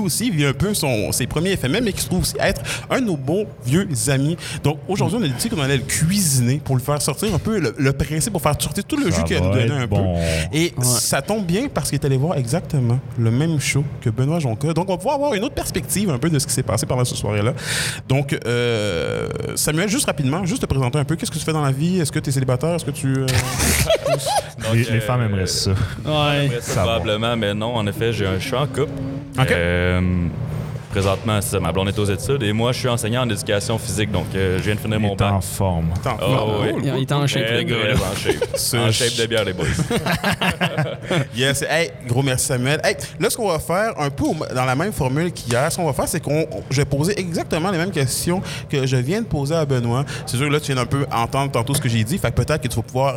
aussi vit un peu ses premiers FME, mais qui se trouve aussi être un de nos bons vieux amis. Donc, aujourd'hui, on a dit qu'on allait le cuisiner pour le faire sortir un peu le principe, pour faire sortir tout le jus qu'il a nous donné un peu. Et ça tombe bien parce qu'il est allé voir exactement le même show que Benoît Jonca. Donc, on va pouvoir avoir une autre perspective un peu de ce qui s'est passé pendant cette soirée-là. Donc, Samuel, juste rapidement, juste te présenter un peu. Qu'est-ce que tu fais dans la vie? Est-ce que tu es célibataire? Est-ce que tu... Donc, les femmes aimeraient ça. Ouais. Ça probablement, mais non, en effet, je suis en couple. OK. Présentement, c'est ça, ma blonde est aux études et moi, je suis enseignant en éducation physique, donc je viens de finir mon bac. En forme. Il est en shape, le gars. En shape. En shape de bière, les boys. Yes. Hey, gros merci, Samuel. Hey, là, ce qu'on va faire, un peu dans la même formule qu'hier, ce qu'on va faire, c'est je vais poser exactement les mêmes questions que je viens de poser à Benoît. C'est sûr que là, tu viens un peu entendre tantôt ce que j'ai dit, fait que peut-être que tu vas pouvoir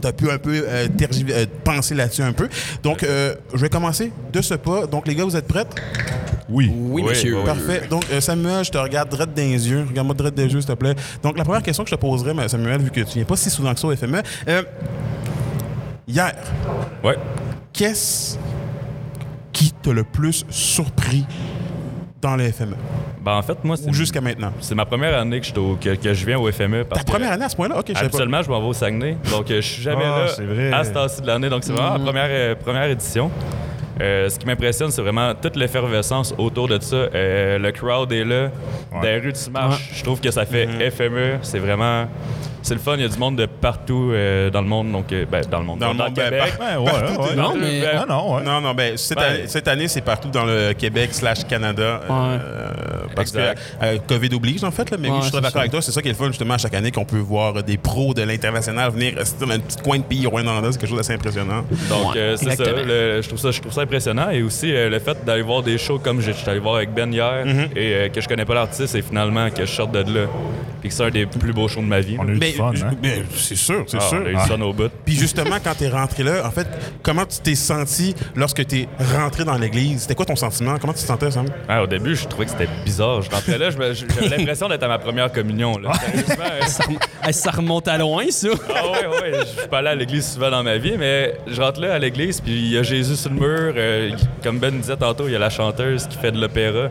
penser là-dessus un peu. Donc, je vais commencer de ce pas. Donc, les gars, vous êtes prêts? Oui, monsieur. Oui. Parfait. Donc, Samuel, je te regarde direct dans les yeux. Regarde-moi direct dans les yeux, s'il te plaît. Donc, la première question que je te poserai, Samuel, vu que tu viens pas si souvent que ça au FME, hier, Ouais. qu'est-ce qui t'a le plus surpris dans le FME? Ben, en fait, moi, Ou jusqu'à maintenant? c'est ma première année que je viens au FME. Ta première année à ce point-là? OK, je sais pas. Habituellement, je m'en vais au Saguenay. Donc, je suis jamais là c'est vrai. à ce temps-ci de l'année. Donc, c'est vraiment la première édition. Ce qui m'impressionne, c'est vraiment toute l'effervescence autour de ça. Le crowd est là. Dans les rues, tu marches. Je trouve que ça fait FME. C'est vraiment... C'est le fun. Il y a du monde de partout dans le monde. Donc, dans le monde. Dans le Québec. Non, mais... Non, cette année, c'est partout dans le Québec / Canada. Parce que COVID oblige, en fait. Là, mais oui, je suis très d'accord avec toi. C'est ça qui est le fun, justement, à chaque année, qu'on peut voir des pros de l'international venir rester dans un petit coin de pays au Rwanda. C'est quelque chose d'assez impressionnant. Donc, c'est ça. Je trouve ça impressionnant. Et aussi, le fait d'aller voir des shows comme j'étais allé voir avec Ben hier et que je connais pas l'artiste et finalement que je sorte de là. Puis que c'est un des plus beaux shows de ma vie. On a eu du fun, hein? C'est sûr, c'est sûr. On a eu du fun au bout. Puis justement, quand t'es rentré là, en fait, comment tu t'es senti lorsque t'es rentré dans l'église? C'était quoi ton sentiment? Comment tu te sentais, Sam? Au début, je trouvais que c'était bizarre. Je rentrais là, j'avais l'impression d'être à ma première communion. Là. Sérieusement, ça remonte à loin, ça. Ouais. Je suis pas allé à l'église souvent dans ma vie, mais je rentre là à l'église, puis il y a Jésus sur le mur. Comme Ben disait tantôt, il y a la chanteuse qui fait de l'opéra.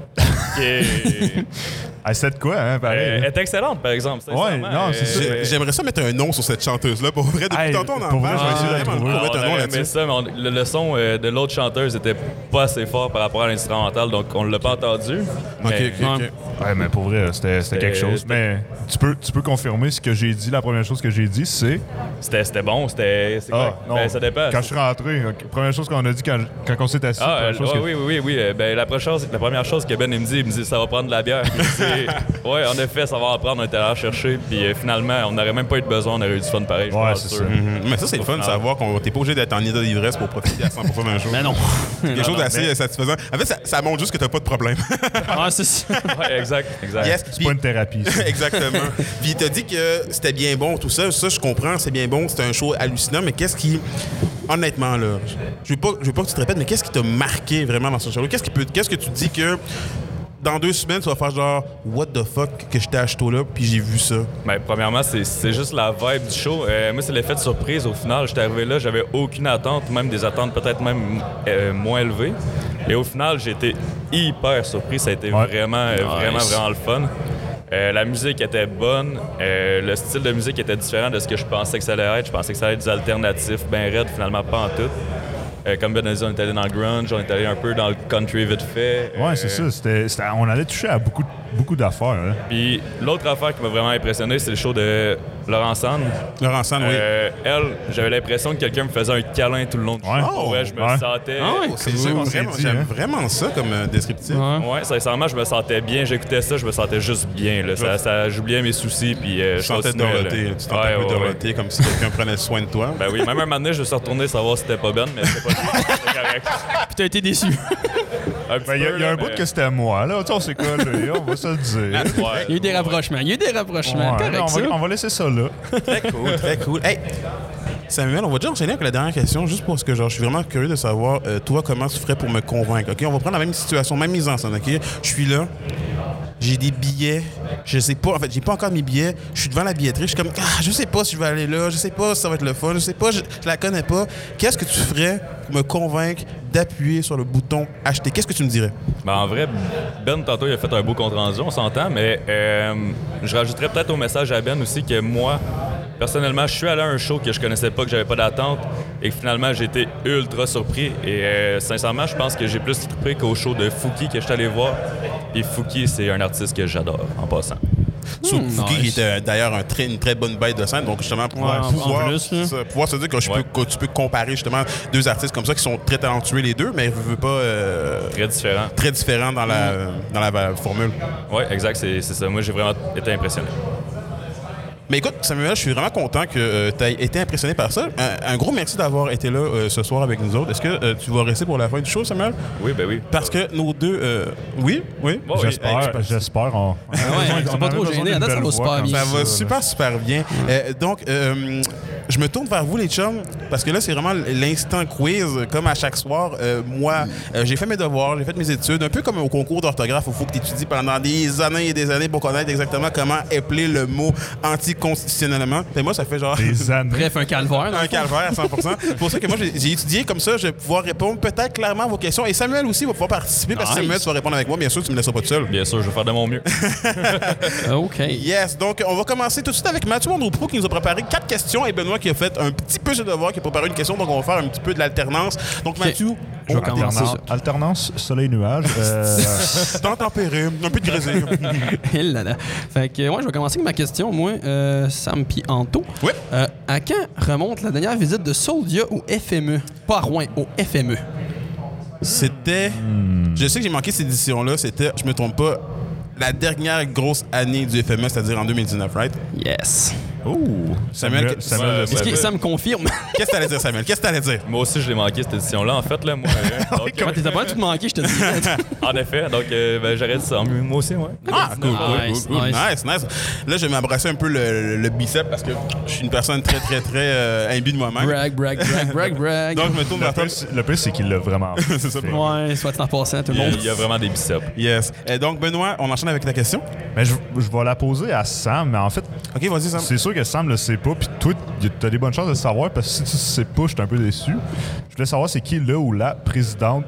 C'est de quoi, hein, pareil? Elle est excellente, par exemple. Ouais, non, c'est ça. J'aimerais ça mettre un nom sur cette chanteuse-là. Pour vrai, depuis tantôt, on en pour vrai, parle. je vais essayer de la trouver. On va mettre un nom là-dessus. Mais ça, mais le son de l'autre chanteuse était pas assez fort par rapport à l'instrumental, donc on l'a pas entendu. OK. Ouais, mais pour vrai, c'était quelque chose. Mais tu peux confirmer ce que j'ai dit. La première chose que j'ai dit, c'est... C'était bon, c'est quoi? Non, ça dépend. Quand je suis rentré, première chose qu'on a dit quand on s'est assis. Oui. La première chose que Ben il me dit ça va prendre de la bière. Ouais, en effet, ça va en prendre, on était allé chercher, puis finalement, on n'aurait même pas eu de besoin, on aurait eu du fun pareil. Ouais, c'est ça. Mais ça, c'est le fun de savoir qu'on t'es pas obligé d'être en état d'ivresse pour profiter à 100% d'un show. Mais non. Quelque chose d'assez satisfaisant. En fait, ça montre juste que t'as pas de problème. C'est ça. Ouais, exact. Yes. C'est pas une thérapie, ça. Exactement. Puis t'as dit que c'était bien bon, tout ça. Ça, je comprends, c'est bien bon, c'était un show hallucinant, mais qu'est-ce qui... Honnêtement, là, je veux pas que tu te répètes, mais qu'est-ce qui t'a marqué vraiment dans ce show-là? Qu'est-ce que tu dis que... Dans 2 semaines, tu vas faire genre « What the fuck que j'étais à ce show-là, puis j'ai vu ça. » Premièrement, c'est juste la vibe du show. Moi, c'est l'effet de surprise. Au final, j'étais arrivé là, j'avais aucune attente, même des attentes peut-être même moins élevées. Et au final, j'ai été hyper surpris. Ça a été vraiment le fun. La musique était bonne. Le style de musique était différent de ce que je pensais que ça allait être. Je pensais que ça allait être du alternatif, ben raide, finalement pas en tout. Comme Ben a dit, on est allé dans le grunge, on est allé un peu dans le country vite fait. Ouais, c'est ça. On allait toucher à beaucoup d'affaires. Hein. Puis l'autre affaire qui m'a vraiment impressionné, c'est le show de Laurence Anne. Laurence Anne, oui. Elle, j'avais l'impression que quelqu'un me faisait un câlin tout le long du show. Je me sentais... J'aime vraiment ça comme descriptif. Ouais, sincèrement, je me sentais bien. J'écoutais ça, je me sentais juste bien. Là. J'oubliais mes soucis, puis je sentais Dorothée. Tu sentais un peu Dorothée, comme si quelqu'un prenait soin de toi. Ben oui, même un moment donné, je me suis retourné savoir si c'était pas Ben, mais c'était pas c'était correct. Puis t'as été déçu. Il y a un bout que c'était moi, là. On s'est collé, on va se le dire. Il y a eu des rapprochements. On va laisser ça là. Très cool. Hey, Samuel, on va déjà enchaîner avec la dernière question, juste parce que je suis vraiment curieux de savoir, toi, comment tu ferais pour me convaincre. OK? On va prendre la même situation, même mise en scène. OK? Je suis là. j'ai des billets, je sais pas, en fait, j'ai pas encore mes billets, je suis devant la billetterie, je suis comme, je sais pas si je vais aller là, je sais pas si ça va être le fun, je sais pas, je la connais pas. Qu'est-ce que tu ferais pour me convaincre d'appuyer sur le bouton acheter? Qu'est-ce que tu me dirais? Ben, en vrai, Ben, tantôt, il a fait un beau compte-rendu, on s'entend, mais je rajouterais peut-être au message à Ben aussi que moi, personnellement, je suis allé à un show que je connaissais pas, que j'avais pas d'attente, et que finalement, j'ai été ultra surpris. Et sincèrement, je pense que j'ai plus trippé qu'au show de Fouki que je suis allé voir. Et Fouki, c'est un artiste que j'adore, en passant. Fouki nice. qui était d'ailleurs une très bonne bête de scène, donc justement pouvoir se dire que tu peux comparer justement deux artistes comme ça qui sont très talentueux les deux, mais ne veut pas très différents dans la formule. Oui, exact, c'est ça. Moi, j'ai vraiment été impressionné. Mais écoute, Samuel, je suis vraiment content que tu aies été impressionné par ça. Un gros merci d'avoir été là ce soir avec nous autres. Est-ce que tu vas rester pour la fin du show, Samuel? Oui, ben oui. Parce que nos deux... Oui? J'espère. Ils sont pas trop gênés. À date, ça va super bien. Ça va super bien. Donc, je me tourne vers vous, les chums, parce que là, c'est vraiment l'instant quiz. Comme à chaque soir, moi, j'ai fait mes devoirs, j'ai fait mes études, un peu comme au concours d'orthographe où il faut que tu étudies pendant des années et des années pour connaître exactement comment épeler le mot anticonstitutionnellement. Et moi, ça fait genre... Des années. Bref, un calvaire. Un calvaire à 100%. C'est pour ça que moi, j'ai étudié comme ça, je vais pouvoir répondre peut-être clairement à vos questions. Et Samuel aussi va pouvoir participer parce que Samuel, tu vas répondre avec moi. Bien sûr, tu me laisseras pas tout seul. Bien sûr, je vais faire de mon mieux. OK. Yes, donc on va commencer tout de suite avec Mathieu Mondreau qui nous a préparé 4 questions et Benoît qui a fait un petit peu ses devoirs, qui a préparé une question. Donc on va faire un petit peu de l'alternance. Donc Mathieu, je vais commencer ça. Alternance, soleil-nuage. Temps tempéré, un peu de grésil. Fait que moi, je vais commencer avec ma question, moi, Sam puis Anto. Oui. À quand remonte la dernière visite de Soldia au FME? Pas à Rouen, au FME. C'était... Je sais que j'ai manqué cette édition-là. C'était, je me trompe pas, la dernière grosse année du FME, c'est-à-dire en 2019, right? Yes. Ouh! Samuel, Ça me confirme. qu'est-ce que t'allais dire, Samuel? Qu'est-ce que t'allais dire? Moi aussi, je l'ai manqué, cette édition-là. En fait, là, moi... Quand t'es pas tout manqué, je te dis. En effet, donc j'arrête ça. Moi aussi, ouais. Ah, cool. Nice. Nice. Là, je vais m'embrasser un peu le bicep parce que je suis une personne très imbue de moi-même. Brag. Donc, je me tourne vers toi. Le pire, c'est qu'il l'a vraiment fait. C'est ça. Ouais, soit en passant, tout le monde. Il y a vraiment des biceps. Yes. Et donc, Benoît, on enchaîne avec ta question. Mais je vais la poser à Sam, mais en fait, OK, vas-y, Sam. c'est sûr que Sam le sait pas, puis toi, t'as des bonnes chances de le savoir, parce que si tu sais pas, je suis un peu déçu. Je voulais savoir c'est qui le ou la président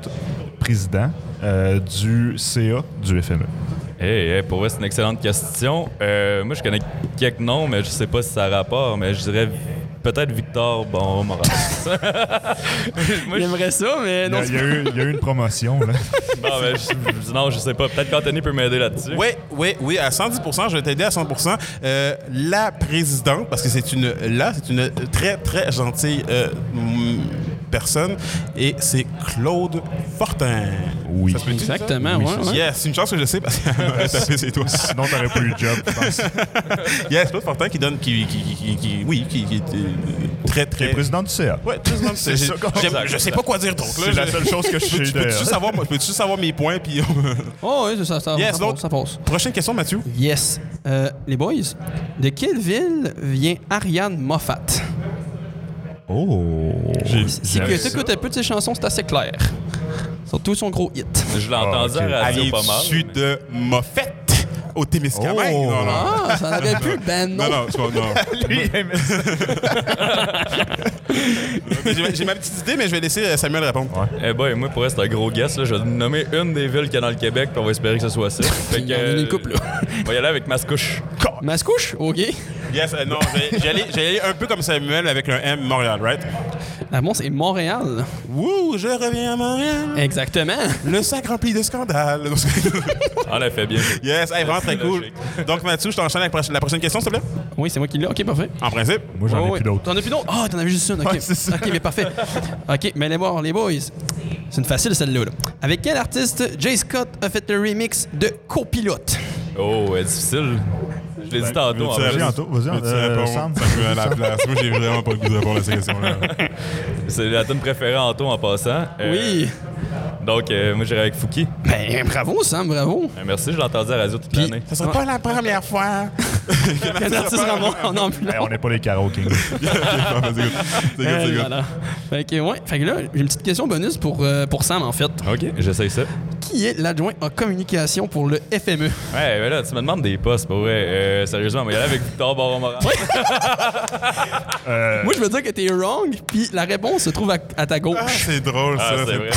du CA du FME. Pour vrai, c'est une excellente question. Moi, je connais quelques noms, mais je sais pas si ça a rapport, mais je dirais peut-être Victor Morin. J'aimerais ça, mais non. Il y a eu une promotion, là. Non, je sais pas. Peut-être qu'Anthony peut m'aider là-dessus. Oui, à 110%, je vais t'aider à 100%. La présidente, parce que c'est une très, très gentille personne, et c'est Claude Fortin. Oui. Ça se peut-tu, ça? Exactement, ouais. Yes, c'est une chance que je sais parce qu'elle m'aurait tapé ses doigts. Sinon, t'aurais pas eu de job, je pense. Yes, Claude Fortin qui donne, qui est très, Qui est très... président du CA. Ouais, président du CA. Je sais pas quoi dire donc. C'est la seule chose que je sais. Peux-tu savoir mes points, puis... Oh oui, ça passe. Prochaine question, Mathieu. Yes. Les boys, de quelle ville vient Ariane Moffat? Oh! Si tu écoutes un peu de ses chansons, c'est assez clair. Surtout son gros hit. Je l'ai entendu à la radio pas mal. Issu de Moffett au Témiscamingue. Oh. Non. Ah, ça n'avait plus, ben non. Non. J'ai ma petite idée, mais je vais laisser Samuel répondre. Moi, pour être un gros guess, là, je vais nommer une des villes qu'il y a dans le Québec, puis on va espérer que ce soit ça. Il y en a une couple, là. On va y aller avec Mascouche. Mascouche? OK. Yes, non, j'allais aller un peu comme Samuel avec un M, Montréal, right? Ah bon, c'est Montréal. Wouh, je reviens à Montréal. Exactement. Le sac rempli de scandales. On a fait bien. Yes, vraiment très cool. Donc, Mathieu, je t'enchaîne avec la prochaine question, s'il te plaît. Oui, c'est moi qui l'ai. OK, parfait. En principe. Moi, j'en ai plus d'autres. T'en as plus d'autres? Ah, t'en avais juste une. OK, ouais, c'est ça. OK, mais parfait. OK, mais allez voir, les boys. C'est une facile, celle-là. Là. Avec quel artiste Jay Scott a fait le remix de Copilote? Oh, difficile. Je l'ai dit tantôt. Vas-y, Sam. Ça peut à la place. Moi, j'ai vraiment pas le goût de répondre à ces questions-là. C'est la tune préférée Anto en passant. Oui. Donc, moi, j'irai avec Fouki. Ben, bravo, Sam, bravo. Merci, je l'ai entendu à la radio toute l'année. Ça sera pas la première fois qu'un artiste en ambulance. On n'est pas les karaokés. C'est good. Voilà. Fait que, ouais. Fait que là, j'ai une petite question bonus pour Sam, en fait. OK, j'essaye ça. qui est l'adjoint en communication pour le FME? Ouais, mais là, tu me demandes des postes, pour vrai. Sérieusement, on va y aller avec Victor Baron-Morin. Moi, je veux dire que t'es wrong, puis la réponse se trouve à ta gauche. Ah, c'est drôle, Ah, ça. c'est vrai.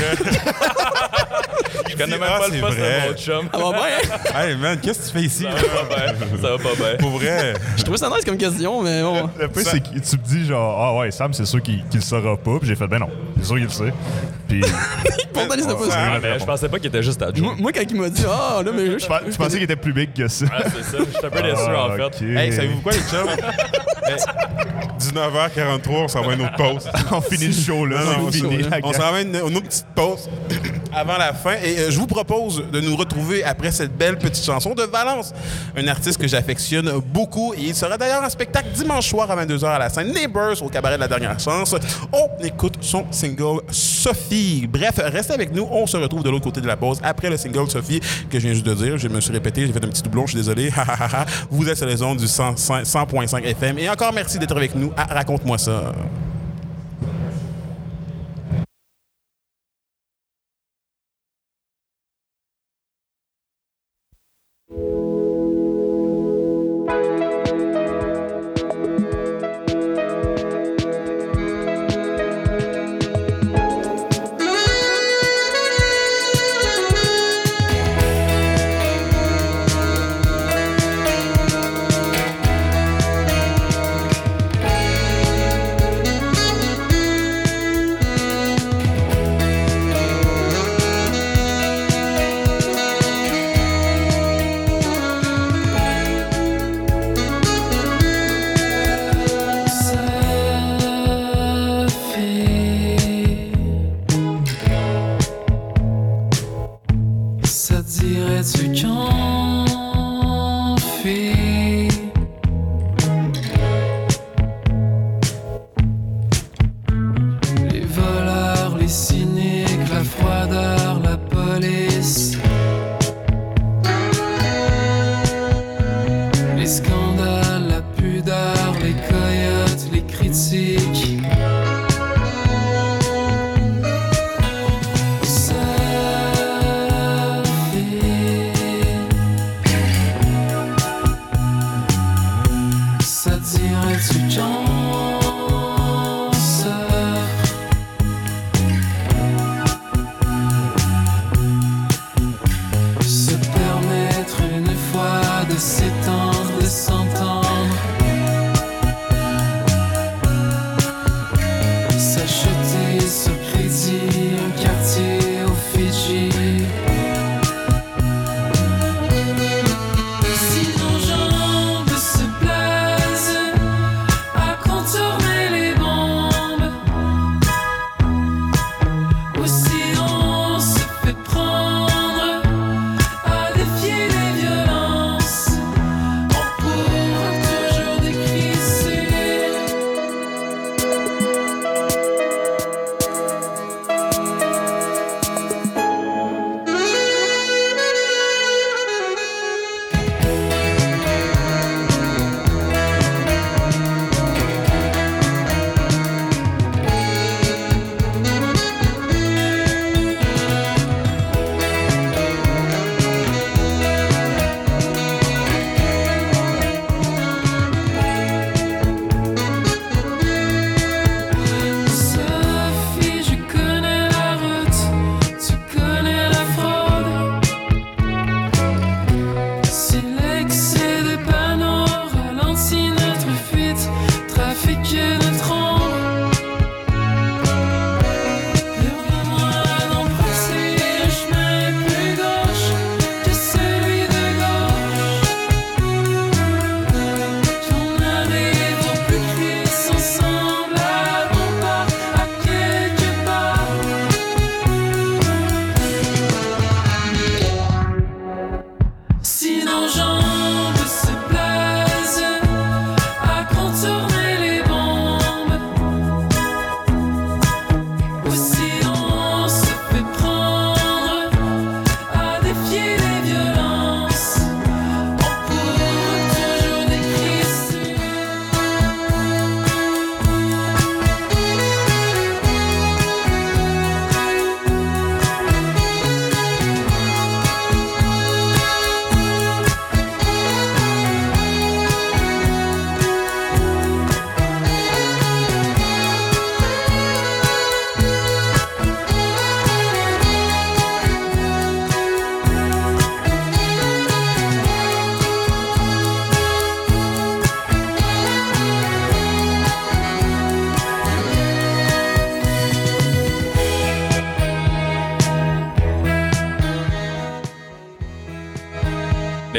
Je connais même Ah, pas c'est le poste vrai. de mon chum. Ça va bien, hein? Hey, man, qu'est-ce que tu fais ici? Ça va pas bien. Ça va pas bien. Pour vrai. Je trouvais ça nice comme question, mais bon. Le pire, c'est que tu me dis genre, ah ouais, Sam, c'est sûr qu'il le saura pas. Puis j'ai fait, ben non, c'est sûr qu'il le sait. Puis. Pourtant, il sait pas Ouais, ça. Ah, mais je pensais pas qu'il était juste adjoint. Moi, quand il m'a dit, ah, là, mais je Tu pensais qu'il était plus big que ça? Ah, c'est ça. Je suis un peu déçu, en fait. Ok. Hey, savez-vous quoi, les chums? Hey, 19h43, on s'en va à une autre pause. On finit le show là. Non, on on finit la On gang. s'en va à une autre petite pause avant la fin. Et je vous propose de nous retrouver après cette belle petite chanson de Valence, un artiste que j'affectionne beaucoup. Et il sera d'ailleurs en spectacle dimanche soir à 22h à la scène Neighbors au cabaret de la dernière chance. On écoute son single Sophie. Bref, restez avec nous. On se retrouve de l'autre côté de la pause après le single Sophie que je viens juste de dire. Je me suis répété, j'ai fait un petit doublon, je suis désolé. Vous êtes sur les ondes du 100.5 FM. Et encore merci d'être avec nous à Raconte-moi ça. Ça te dirait-tu qu'on fait les voleurs, les cyniques, la froideur, la police, les scandales, la pudeur, les coyotes, les critiques. Ça dirait-tu qu'on sort?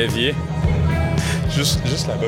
l'évier. Juste là-bas.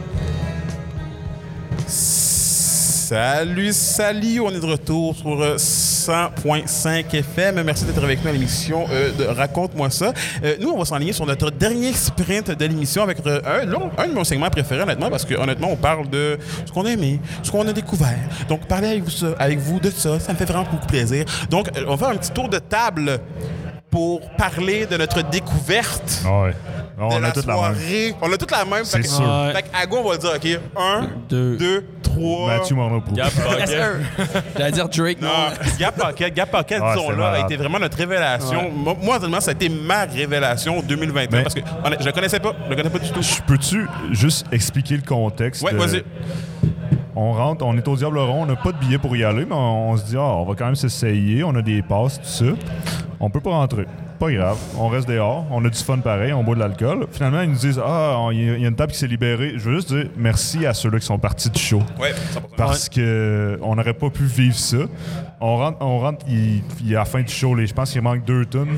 Salut, on est de retour sur 100.5 FM. Merci d'être avec nous à l'émission de Raconte-moi ça. Nous, on va s'enligner sur notre dernier sprint de l'émission avec un de mes segments préférés, honnêtement, parce que honnêtement, on parle de ce qu'on a aimé, ce qu'on a découvert. Donc, parler avec vous de ça, ça me fait vraiment beaucoup plaisir. Donc, on va faire un petit tour de table pour parler de notre découverte. Ouais. De On la a toute la même. soirée. On a toute la même. C'est sûr. Fait qu'à go, on va dire, OK, 1, 2, 3. Mathieu Monopoul. Gap Pocket. J'allais dire Drake, non. Gap Pocket, c'était disons-le, a malade. été vraiment notre révélation. Moi, honnêtement, ça a été ma révélation 2021 parce que je le connaissais pas. Je le connais pas du tout. Peux-tu juste expliquer le contexte? Ouais, vas-y. On rentre, on est au Diable Rond, on n'a pas de billet pour y aller, mais on se dit, on va quand même s'essayer, on a des passes, tout ça. On peut pas rentrer. Pas grave, on reste dehors, on a du fun pareil, on boit de l'alcool. Finalement, ils nous disent, il y a une table qui s'est libérée. Je veux juste dire merci à ceux-là qui sont partis du show. Ouais, 100%. Parce que on n'aurait pas pu vivre ça. On rentre, il y a la fin du show, je pense qu'il manque 2 tonnes.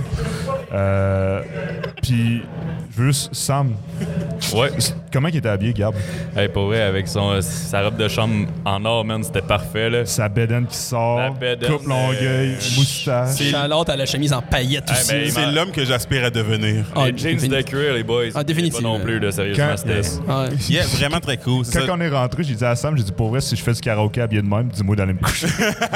Puis, juste Sam. Ouais. Comment il était habillé, Gab? Hey, pour vrai, avec sa robe de chambre en or, man, c'était parfait, là. Sa bédaine qui sort, La bédaine, coupe longueuil, moustache. Charlotte à la chemise en paillettes aussi. ben, C'est l'homme que j'aspire à devenir. Les jeans de cuir, les boys. Ah, définitivement. Pas non plus, là, sérieusement, Quand- c'était... Ouais. Yeah, vraiment très cool. c'est Quand ça. on est rentré, j'ai dit à Sam, j'ai dit pour vrai, si je fais du karaoké habillé de même, dis-moi d'aller me coucher.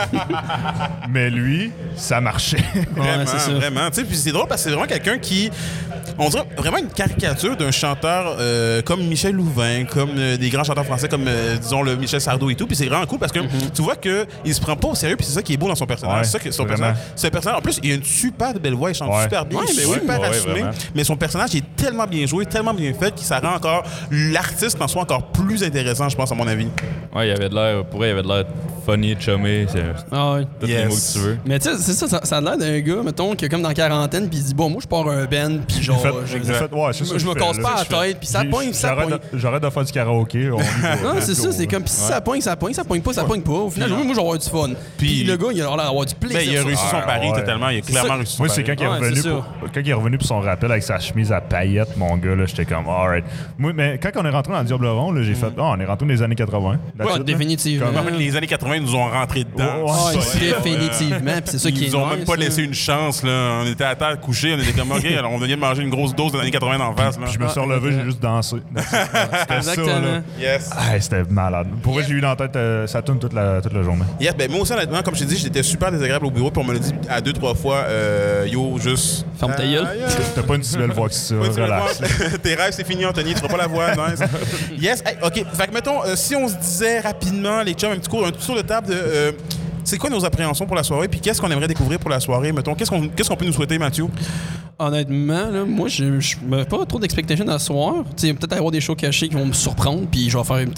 Mais lui, ça marchait. Vraiment, c'est ça. vraiment. Tu sais, puis c'est drôle parce que c'est vraiment quelqu'un qui, on dirait vraiment une caricature d'un chanteur comme Michel Louvain, comme des grands chanteurs français comme, disons, le Michel Sardou et tout. Puis c'est vraiment cool parce que tu vois qu'il se prend pas au sérieux, puis c'est ça qui est beau dans son personnage. Ouais, c'est ça que son vraiment. personnage. C'est un personnage. En plus, il a une super belle voix, il chante Ouais. super bien, Ouais, il est ben oui. super Ouais, assumé. vraiment. Mais son personnage est tellement bien joué, tellement bien fait, que ça rend encore l'artiste en soi encore plus intéressant, je pense, à mon avis. Ouais, il avait de l'air... Pour vrai, il avait de l'air funny, chumé. C'est Ah ouais. tous les Yes. mots que tu veux. Mais tu sais, c'est ça a l'air d'un gars, mettons, qui est comme dans la quarantaine, puis il dit, bon, moi, je pars un band, puis genre, je me casse pas la tête, puis ça pogne, ça pogne. J'arrête de faire du karaoké. On y va. Non, c'est ça, c'est comme, puis si ça pogne, ça pogne, ça pogne pas, ça pogne pas. Au final, moi, je vais avoir du fun. Puis le gars, il a l'air d'avoir du plaisir. Ben, il a réussi son pari ouais. totalement. Il a clairement ça. réussi son Moi, pari. c'est quand il est Ouais, revenu c'est quand il est revenu pour son rappel avec sa chemise à paillettes, mon gars, là, j'étais comme, alright. Moi, mais quand on est rentré dans le Diable Rond, là, j'ai fait, on est rentré dans les années 80. That's Ouais, it, là. définitivement. En fait, les années 80 nous ont rentré dedans. Ouais, Ah, ouais. définitivement, puis c'est ça qui est Ils nous ont nice, même pas là. laissé une chance. Là. On était à terre couchés, on était comme OK, alors on venait de manger une grosse dose des années 80 d'en face. Là. Puis je me suis relevé, j'ai juste dansé. C'était ça, Exactement. là. Yes. Ah, c'était malade. Pour vrai, j'ai eu dans la tête, ça tourne toute la journée. Yes, ben moi aussi, honnêtement, comme je t'ai dit, j'étais super désagréable au bureau, puis on me l'a dit à 2-3 fois, yo, juste. Ferme ta gueule. T'as pas une si belle voix que ça, Ouais, tu vas relax. voir. Tes rêves, c'est fini, Anthony, tu feras pas la voix. Nice. Yes, hey, OK. Fait que, mettons, si on se disait rapidement, les chums, un petit tour de table de. C'est quoi nos appréhensions pour la soirée, puis qu'est-ce qu'on aimerait découvrir pour la soirée, mettons? Qu'est-ce qu'on peut nous souhaiter, Mathieu? Honnêtement, là, moi, je me pas trop d'expectations à ce soir. Tu sais, peut-être avoir des shows cachés qui vont me surprendre, puis je vais faire une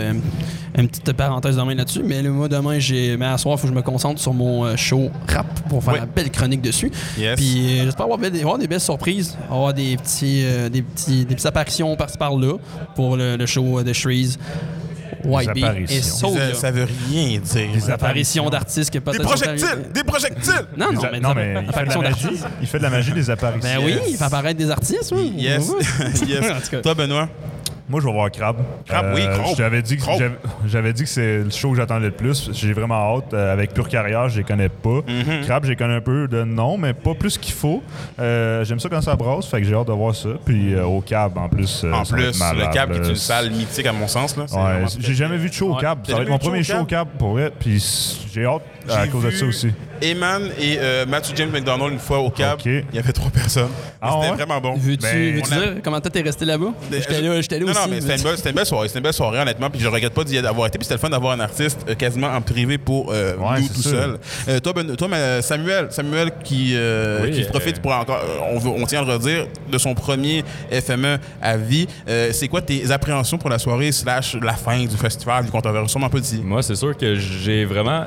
petite parenthèse demain là-dessus. Mais là, moi, demain, mais à soir, il faut que je me concentre sur mon show rap pour faire Ouais. la belle chronique dessus. Yes. Puis j'espère avoir des belles surprises, avoir des petites apparitions par-ci par-là pour le show de Shreeze. White Bee apparitions. et Soulja. Ça veut rien dire. Des apparitions d'artistes que peut-être... Des projectiles! Des projectiles! Non, non, mais, Non, mais il fait de apparitions la magie. d'artistes. Il fait de la magie des apparitions. Ben oui, il fait apparaître des artistes, oui. Yes. Yes. En tout cas. Toi, Benoît? Moi, je vais voir Crab. Crab, oui, Crab. J'avais dit Crab. que c'est le show que j'attendais le plus. J'ai vraiment hâte. Avec Pure Carrière, je les connais pas. Crab, je les connais un peu de nom, mais pas plus qu'il faut. J'aime ça quand ça brasse, fait que j'ai hâte de voir ça. Puis au Cab, en plus. En ça va être plus, malade, le Cab qui est là. une salle mythique à mon sens. Là. C'est Ouais, vraiment j'ai jamais vu de show au Ouais. Cab. T'as Ça va jamais être mon vu de premier show au show au Cab pour vrai. Puis j'ai hâte à J'ai cause de vu ça aussi. Eman et Matthew James McDonald une fois au Cab. Ok. Il y avait 3 personnes. Ah C'était ouais? vraiment bon. Veux-tu Ben, veux-tu dire comment toi t'es resté là-bas? J'étais là Non, aussi. non, mais c'était une belle soirée. C'était une belle soirée, honnêtement. Puis je regrette pas d'y avoir été. Puis c'était le fun d'avoir un artiste quasiment en privé pour nous c'est tout sûr. seul. Toi, Samuel qui profite pour encore, on tient à le redire, de son premier FME à vie. C'est quoi tes appréhensions pour la soirée / la fin du festival, du qu'on t'avait sûrement pas dit? Moi, c'est sûr que j'ai vraiment...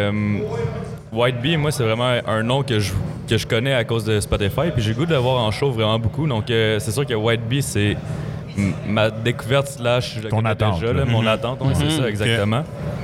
White Bee, moi, c'est vraiment un nom que je connais à cause de Spotify, puis j'ai le goût de le voir en show vraiment beaucoup. Donc, c'est sûr que White Bee, c'est ma découverte / je le Ton connais attente, déjà, là. mon attente, ouais, c'est ça, exactement.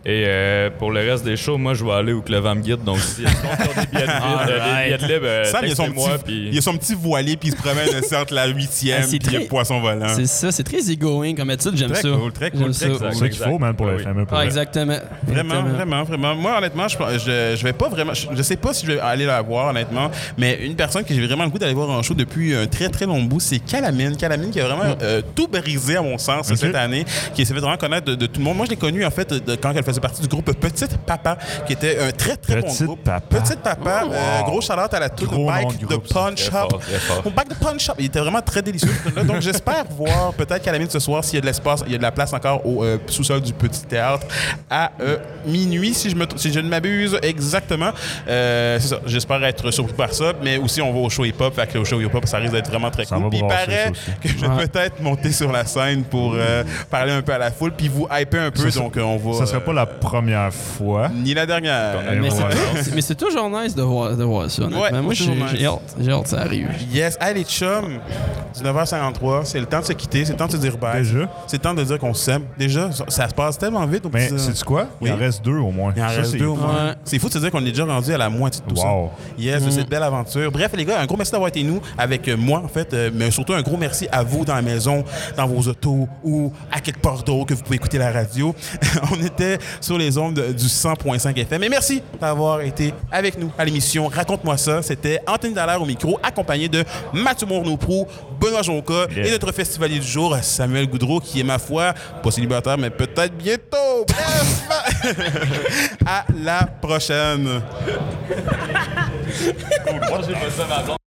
Et pour le reste des shows, moi, je vais aller où que le vent me guide. Donc, si on a des billets de libre, Sam, textez-moi. il a son petit voilier, puis il se promène de sorte la 8e, puis il y a poisson volant. C'est ça, c'est très egoing comme attitude, j'aime Très ça. cool, très cool, J'aime très ça. cool. C'est ça qu'il faut, man, pour le FME. Exactement. Vraiment. Moi, honnêtement, je vais pas vraiment... Je sais pas si je vais aller la voir, honnêtement, mais une personne que j'ai vraiment le goût d'aller voir en show depuis un très, très long bout, c'est Calamine. Calamine qui a vraiment tout brisé, à mon sens, cette année, qui s'est fait vraiment connaître de tout le monde. Moi, je l'ai connu, en fait, quand elle faisait partie du groupe Petite Papa, qui était un très, très bon groupe. Petite Papa. Gros shout-out à la toute Bike de Punch Up. Mon Bike de Punch Up, il était vraiment très délicieux. Donc, j'espère voir peut-être Calamine ce soir, s'il y a de l'espace, il y a de la place encore au sous-sol du Petit Théâtre à minuit, si je ne m'abuse exactement. C'est ça. J'espère être surpris par ça, mais aussi on va au show hip-hop. Fait que au show hip-hop, ça risque d'être vraiment très cool. Puis il paraît que je vais peut-être monter sur la scène pour parler un peu à la foule, puis vous hyper un peu. Donc on va. Ça serait pas la première fois. Ni la dernière. Mais c'est toujours nice de voir ça. Ouais, moi, j'ai hâte, ça arrive. Yes. Allez, chum, 19h53, c'est le temps de se quitter, c'est le temps de se dire bye. Déjà? C'est le temps de dire qu'on s'aime. Déjà, ça se passe tellement vite. Mais sais-tu quoi? Il en reste 2 au moins. Il en reste 2 au moins. Ouais. C'est fou de se dire qu'on est déjà rendu à la moitié de tout ça. Yes, de cette belle aventure. Bref, les gars, un gros merci d'avoir été nous avec moi, en fait, mais surtout un gros merci à vous dans la maison, dans vos autos ou à quelque part d'autre que vous pouvez écouter la radio. On était sur les ondes du 100.5 FM. Et merci d'avoir été avec nous à l'émission Raconte-moi ça. C'était Anthony Dallaire au micro, accompagné de Mathieu Mourneau-Proulx, Benoît Jonca et notre festivalier du jour, Samuel Goudreau, qui est, ma foi, pas célibataire, mais peut-être bientôt. Bref, à la prochaine. Moi, j'ai pas ça, ma blonde.